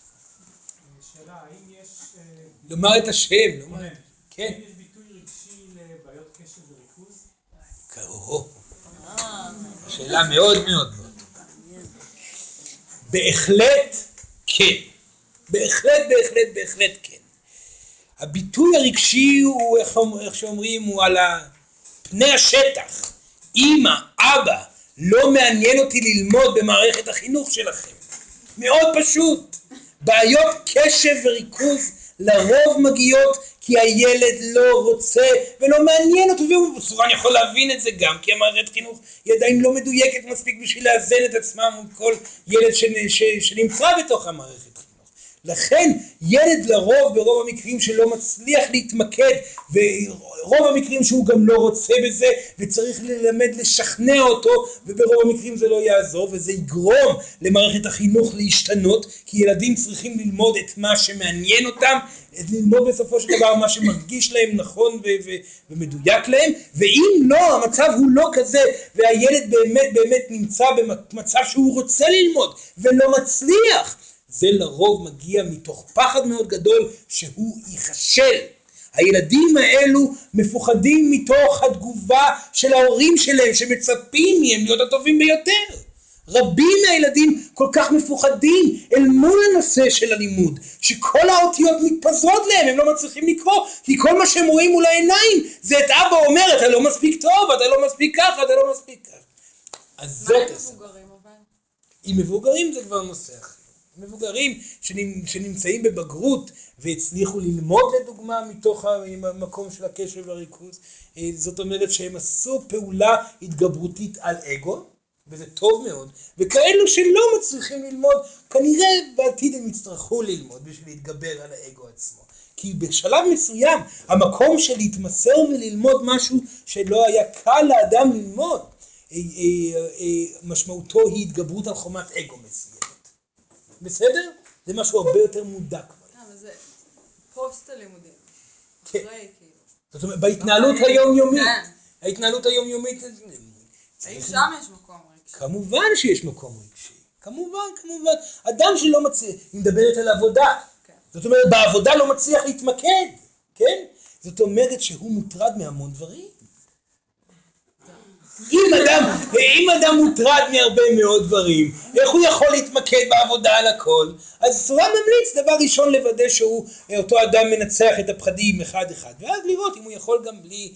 שאלה, האם יש... לומר את השם. לומר... כן. האם יש ביטוי רגשי לבעיות קשב וריכוז? קרוב. שאלה מאוד מאוד מאוד. בהחלט כן. בהחלט, בהחלט, בהחלט כן. הביטוי הרגשי הוא, איך שאומרים, הוא על פני השטח. אמא, אבא, לא מעניין אותי ללמוד במערכת החינוך שלכם. מאוד פשוט. בעיות קשב וריכוז לרוב מגיעות כי הילד לא רוצה ולא מעניין אותו, ובצורה אני יכול להבין את זה גם, כי המערכת חינוך היא עדיין לא מדויקת מספיק בשביל לאזן את עצמם עם כל ילד ש, ש, שנמצא בתוך המערכת חינוך. לכן ילד לרוב ברוב המקרים שלא מצליח להתמקד, ורוב המקרים שהוא גם לא רוצה בזה וצריך ללמד לשכנע אותו, וברוב המקרים זה לא יעזור, וזה יגרום למערכת החינוך להשתנות, כי ילדים צריכים ללמוד את מה שמעניין אותם, ללמוד בסופו של דבר מה שמרגיש להם נכון ו- ו- ומדויק להם. ואם לא, המצב הוא לא כזה והילד באמת באמת נמצא במצב שהוא רוצה ללמוד ולא מצליח, זה לרוב מגיע מתוך פחד מאוד גדול שהוא ייכשל. הילדים האלו מפוחדים מתוך התגובה של ההורים שלהם שמצפים מהם להיות הטובים ביותר. רבים מהילדים כל כך מפוחדים אל מול הנושא של הלימוד, שכל האותיות מתפזרות להם, הם לא מצליחים לקרוא, כי כל מה שהם רואים מול העיניים זה את אבא אומר, אתה לא מספיק טוב, אתה לא מספיק ככה, אתה לא מספיק ככה. אז זאת... מה עם מבוגרים אבל? עם מבוגרים זה כבר נושא אחר. מבוגרים שנמצאים בבגרות והצליחו ללמוד לדוגמה מתוך המקום של הקשב והריכוז, זאת אומרת שהם עשו פעולה התגברותית על אגו, וזה טוב מאוד, וכאלו שלא מצליחים ללמוד, כנראה בעתיד הם יצטרכו ללמוד בשביל להתגבר על האגו עצמו. כי בשלב מסוים, המקום של להתמסר וללמוד משהו שלא היה קל לאדם ללמוד, משמעותו היא התגברות על חומת אגו מסוימת. בסדר? זה משהו הרבה יותר מודק. אבל זה פוסט הלימודים. כן. אחרי כאילו. זאת אומרת, בהתנהלות היומיומית. ההתנהלות היומיומית. האם שם יש מקום רגשי? כמובן שיש מקום רגשי. כמובן, כמובן. אדם שלא מצליח, היא מדברת על עבודה. זאת אומרת, בעבודה לא מצליח להתמקד, כן? זאת אומרת שהוא מוטרד מהמון דברים. אם אדם, אם אדם מוטרד מהרבה מאוד דברים, איך הוא יכול להתמקד בעבודה על הכל? אז סורן ממליץ דבר ראשון לוודא שהוא, אותו אדם מנצח את הפחדים אחד אחד, ואז לראות אם הוא יכול גם בלי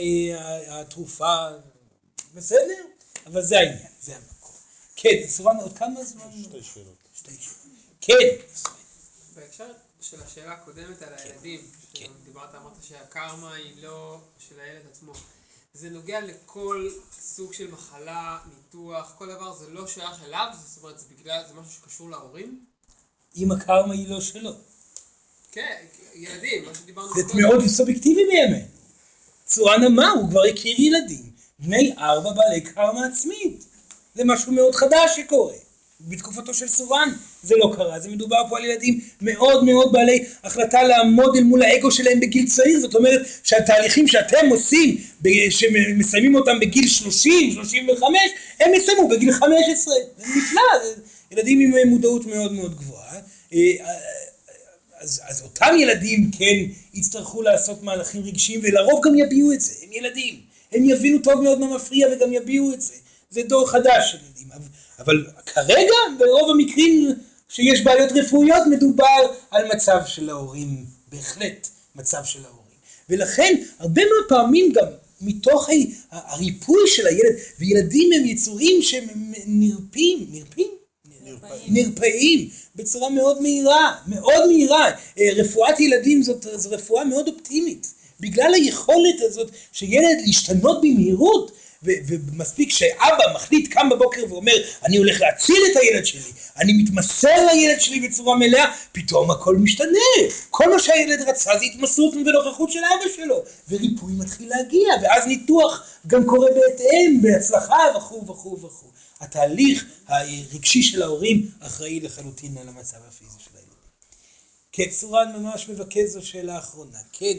התרופה, בסדר? אבל זה העניין, זה המקום. כן, סורן, עוד כמה זמן? שתי שאלות. שתי שאלות. כן. בהקשר של השאלה הקודמת על הילדים, שדיברת, אמרת שהקרמה היא לא של הילד עצמו. זה נוגע לכל סוג של מחלה, ניתוח, כל דבר, זה לא שייך אליו, זאת אומרת, זה בגלל, זה משהו שקשור להורים? אם הקרמה היא לא שלו. כן, ילדים, מה שדיברנו... זה מאוד סובייקטיבי באמת. סורן אמר, הוא כבר הכיר ילדים. בני ארבע בעלי קרמה עצמית. זה משהו מאוד חדש שקורה. בתקופתו של סורן זה לא קרה, זה מדובר פה על ילדים מאוד מאוד בעלי החלטה לעמוד אל מול האגו שלהם בגיל צעיר, זאת אומרת שהתהליכים שאתם עושים, שמסיימים אותם בגיל שלושים, שלושים וחמש, הם מסיימו בגיל חמש עשרה, זה נפלא, ילדים עם מודעות מאוד מאוד גבוהה, אז, אז אותם ילדים כן יצטרכו לעשות מהלכים רגשיים, ולרוב גם יביאו את זה, הם ילדים, הם יבינו טוב מאוד מה מפריע וגם יביאו את זה, זה דור חדש של ילדים, אבל אבל כרגע, ברוב המקרים שיש בעיות רפואיות, מדובר על מצב של ההורים, בהחלט מצב של ההורים. ולכן, הרבה מאוד פעמים גם מתוך הריפוי של הילד, וילדים הם יצורים שהם נרפאים, נרפאים? נרפאים. נרפאים, בצורה מאוד מהירה, מאוד מהירה. רפואת ילדים זאת, זאת רפואה מאוד אופטימית. בגלל היכולת הזאת שילד להשתנות במהירות, ומספיק שאבא מחליט קם בבוקר ואומר אני הולך להציל את הילד שלי, אני מתמסר לילד שלי בצורה מלאה, פתאום הכל משתנה. כל מה שהילד רצה זה התמסרות ובנוכחות של אבא שלו, וריפוי מתחיל להגיע, ואז ניתוח גם קורה בהתאם, בהצלחה וכו' וכו' וכו'. התהליך הרגשי של ההורים אחראי לחלוטין על המצב הפיזי של הילדים. כן, סורן ממש מבקש, זו שאלה אחרונה. כן.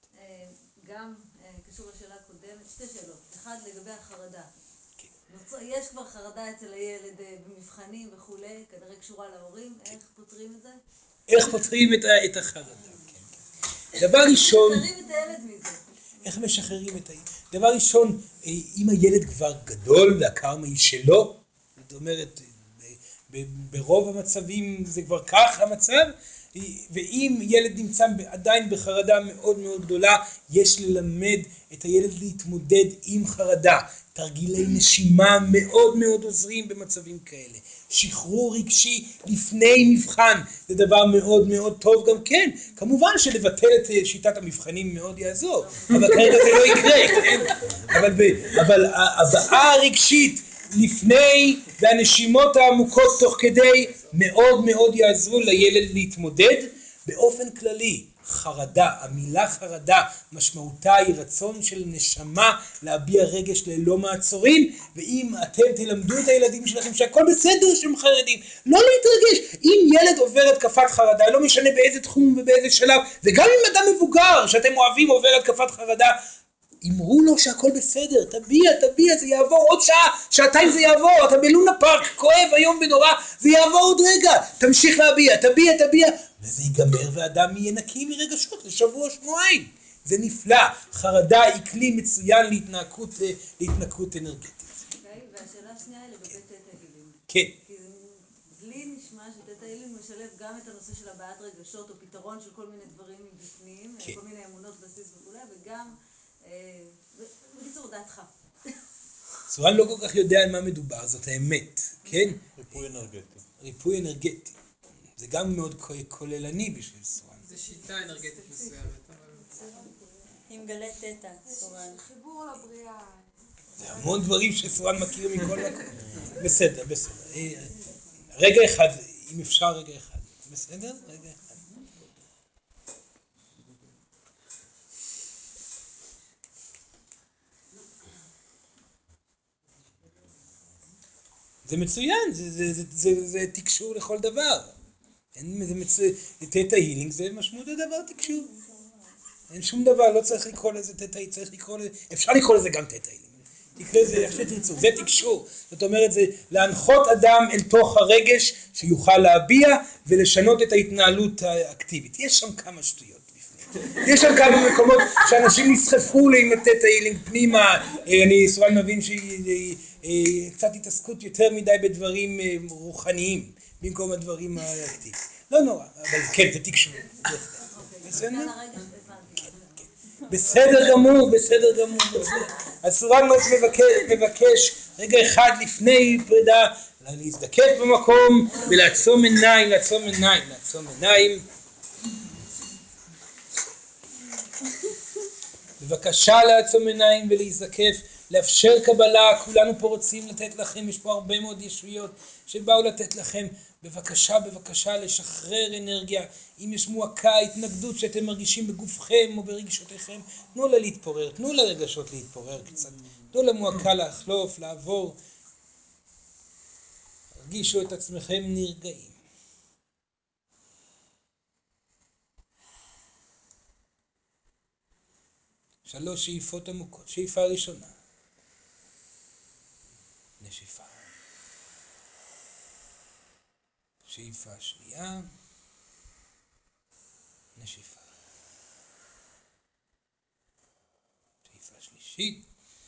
גם קשור לשאלה הקודמת, שתי שאלות. אחד לגבי החרדה. יש כבר חרדה אצל הילד במבחנים וכולי, כנראה קשורה להורים, איך פותרים את זה? איך פותרים את החרדה? דבר ראשון... איך משחררים את הילד מזה? איך משחררים את הילד? דבר ראשון, אם הילד כבר גדול והקרמה היא שלו, זאת אומרת, ברוב המצבים זה כבר כך המצב, ואם ילד נמצא עדיין בחרדה מאוד מאוד גדולה, יש ללמד את הילד להתמודד עם חרדה. תרגילי נשימה מאוד מאוד עוזרים במצבים כאלה. שחרור רגשי לפני מבחן, זה דבר מאוד מאוד טוב גם כן. כמובן שלבטל את שיטת המבחנים מאוד יעזור, אבל כרגע זה לא יקרה, כן? אבל, אבל הבאה הרגשית לפני והנשימות העמוקות תוך כדי מאוד מאוד יעזרו לילד להתמודד. באופן כללי, חרדה, המילה חרדה משמעותה היא רצון של נשמה להביע רגש ללא מעצורים, ואם אתם תלמדו את הילדים שלכם שהכל בסדר שהם חרדים, לא להתרגש. אם ילד עובר התקפת חרדה, לא משנה באיזה תחום ובאיזה שלב, וגם אם אדם מבוגר שאתם אוהבים עובר התקפת חרדה, אמרו לו שהכל בסדר, תביע, תביע, זה יעבור עוד שעה, שעתיים זה יעבור, אתה בלונה פארק, כואב היום בנורא, זה יעבור עוד רגע, תמשיך להביע, תביע, תביע, וזה ייגמר ואדם יהיה נקי מרגשות לשבוע, שבועיים. זה נפלא, חרדה היא כלי מצוין להתנהגות, להתנהגות אנרגטית. אוקיי, והשאלה השנייה היא לגבי תטא הילים. כן. כי לי נשמע שתטא הילים משלב גם את הנושא של הבעת רגשות, או פתרון של כל מיני דברים מבפנים, כל מיני אמונות בסיס וכולי, וגם... בקיצור, דעתך. סורן לא כל כך יודע על מה מדובר, זאת האמת, כן? ריפוי אנרגטי. ריפוי אנרגטי. זה גם מאוד כוללני בשביל סורן. זה שיטה אנרגטית מסוימת, אבל... עם גלי תטא, סורן. חיבור לבריאה. זה המון דברים שסורן מכיר מכל מקום. בסדר, בסדר. רגע אחד, אם אפשר רגע אחד. בסדר? רגע אחד. זה מצוין, זה, זה, זה, זה, זה תקשור לכל דבר. אין, זה מצוין, תטא הילינג זה משמעות הדבר תקשור. אין שום דבר, לא צריך לקרוא לזה תטא, צריך לקרוא לזה, אפשר לקרוא לזה גם תטא הילינג. תקרא זה איך שתרצו, זה תקשור. זאת אומרת, זה להנחות אדם אל תוך הרגש שיוכל להביע ולשנות את ההתנהלות האקטיבית. יש שם כמה שטויות בפנים. יש שם כמה מקומות שאנשים נסחפו עם לתת האילינג פנימה. אני סורן מבין שהיא קצת התעסקות יותר מדי בדברים רוחניים, במקום הדברים האקטיביים. לא נורא, אבל כן, זה תקשור. בסדר גמור, בסדר גמור. אז סורן מבקש רגע אחד לפני פרידה להזדקף במקום ולעצום עיניים, לעצום עיניים, לעצום עיניים. בבקשה לעצום עיניים ולהזדקף, לאפשר קבלה. כולנו פה רוצים לתת לכם, יש פה הרבה מאוד ישויות שבאו לתת לכם. בבקשה, בבקשה לשחרר אנרגיה. אם יש מועקה, התנגדות שאתם מרגישים בגופכם או ברגשותיכם, תנו לה להתפורר, תנו לרגשות להתפורר קצת, תנו למועקה לחלוף, לעבור. הרגישו את עצמכם נרגעים. שלוש שאיפות עמוקות. שאיפה ראשונה, נשיפה. שאיפה שנייה, נשיפה. שאיפה שלישית.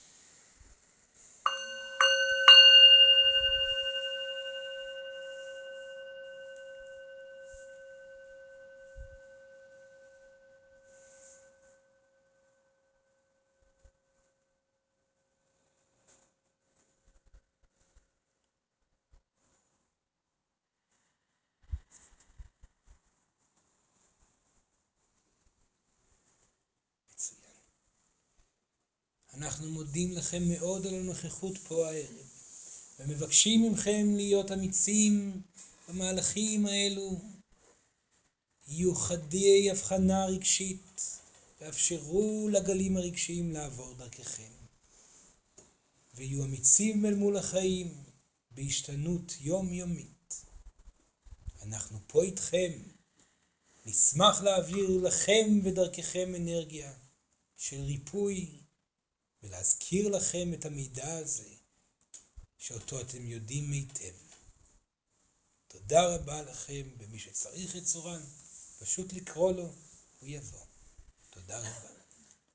אנחנו מודים לכם מאוד על הנוכחות פה הערב, ומבקשים מכם להיות אמיצים במהלכים האלו. יהיו חדי הבחנה רגשית, ואפשרו לגלים הרגשיים לעבור דרככם. ויהיו אמיצים אל מול החיים בהשתנות יומיומית. אנחנו פה איתכם, נשמח להעביר לכם ודרככם אנרגיה של ריפוי, ולהזכיר לכם את המידע הזה, שאותו אתם יודעים היטב. תודה רבה לכם, במי שצריך את סורן, פשוט לקרוא לו, הוא יבוא. תודה רבה.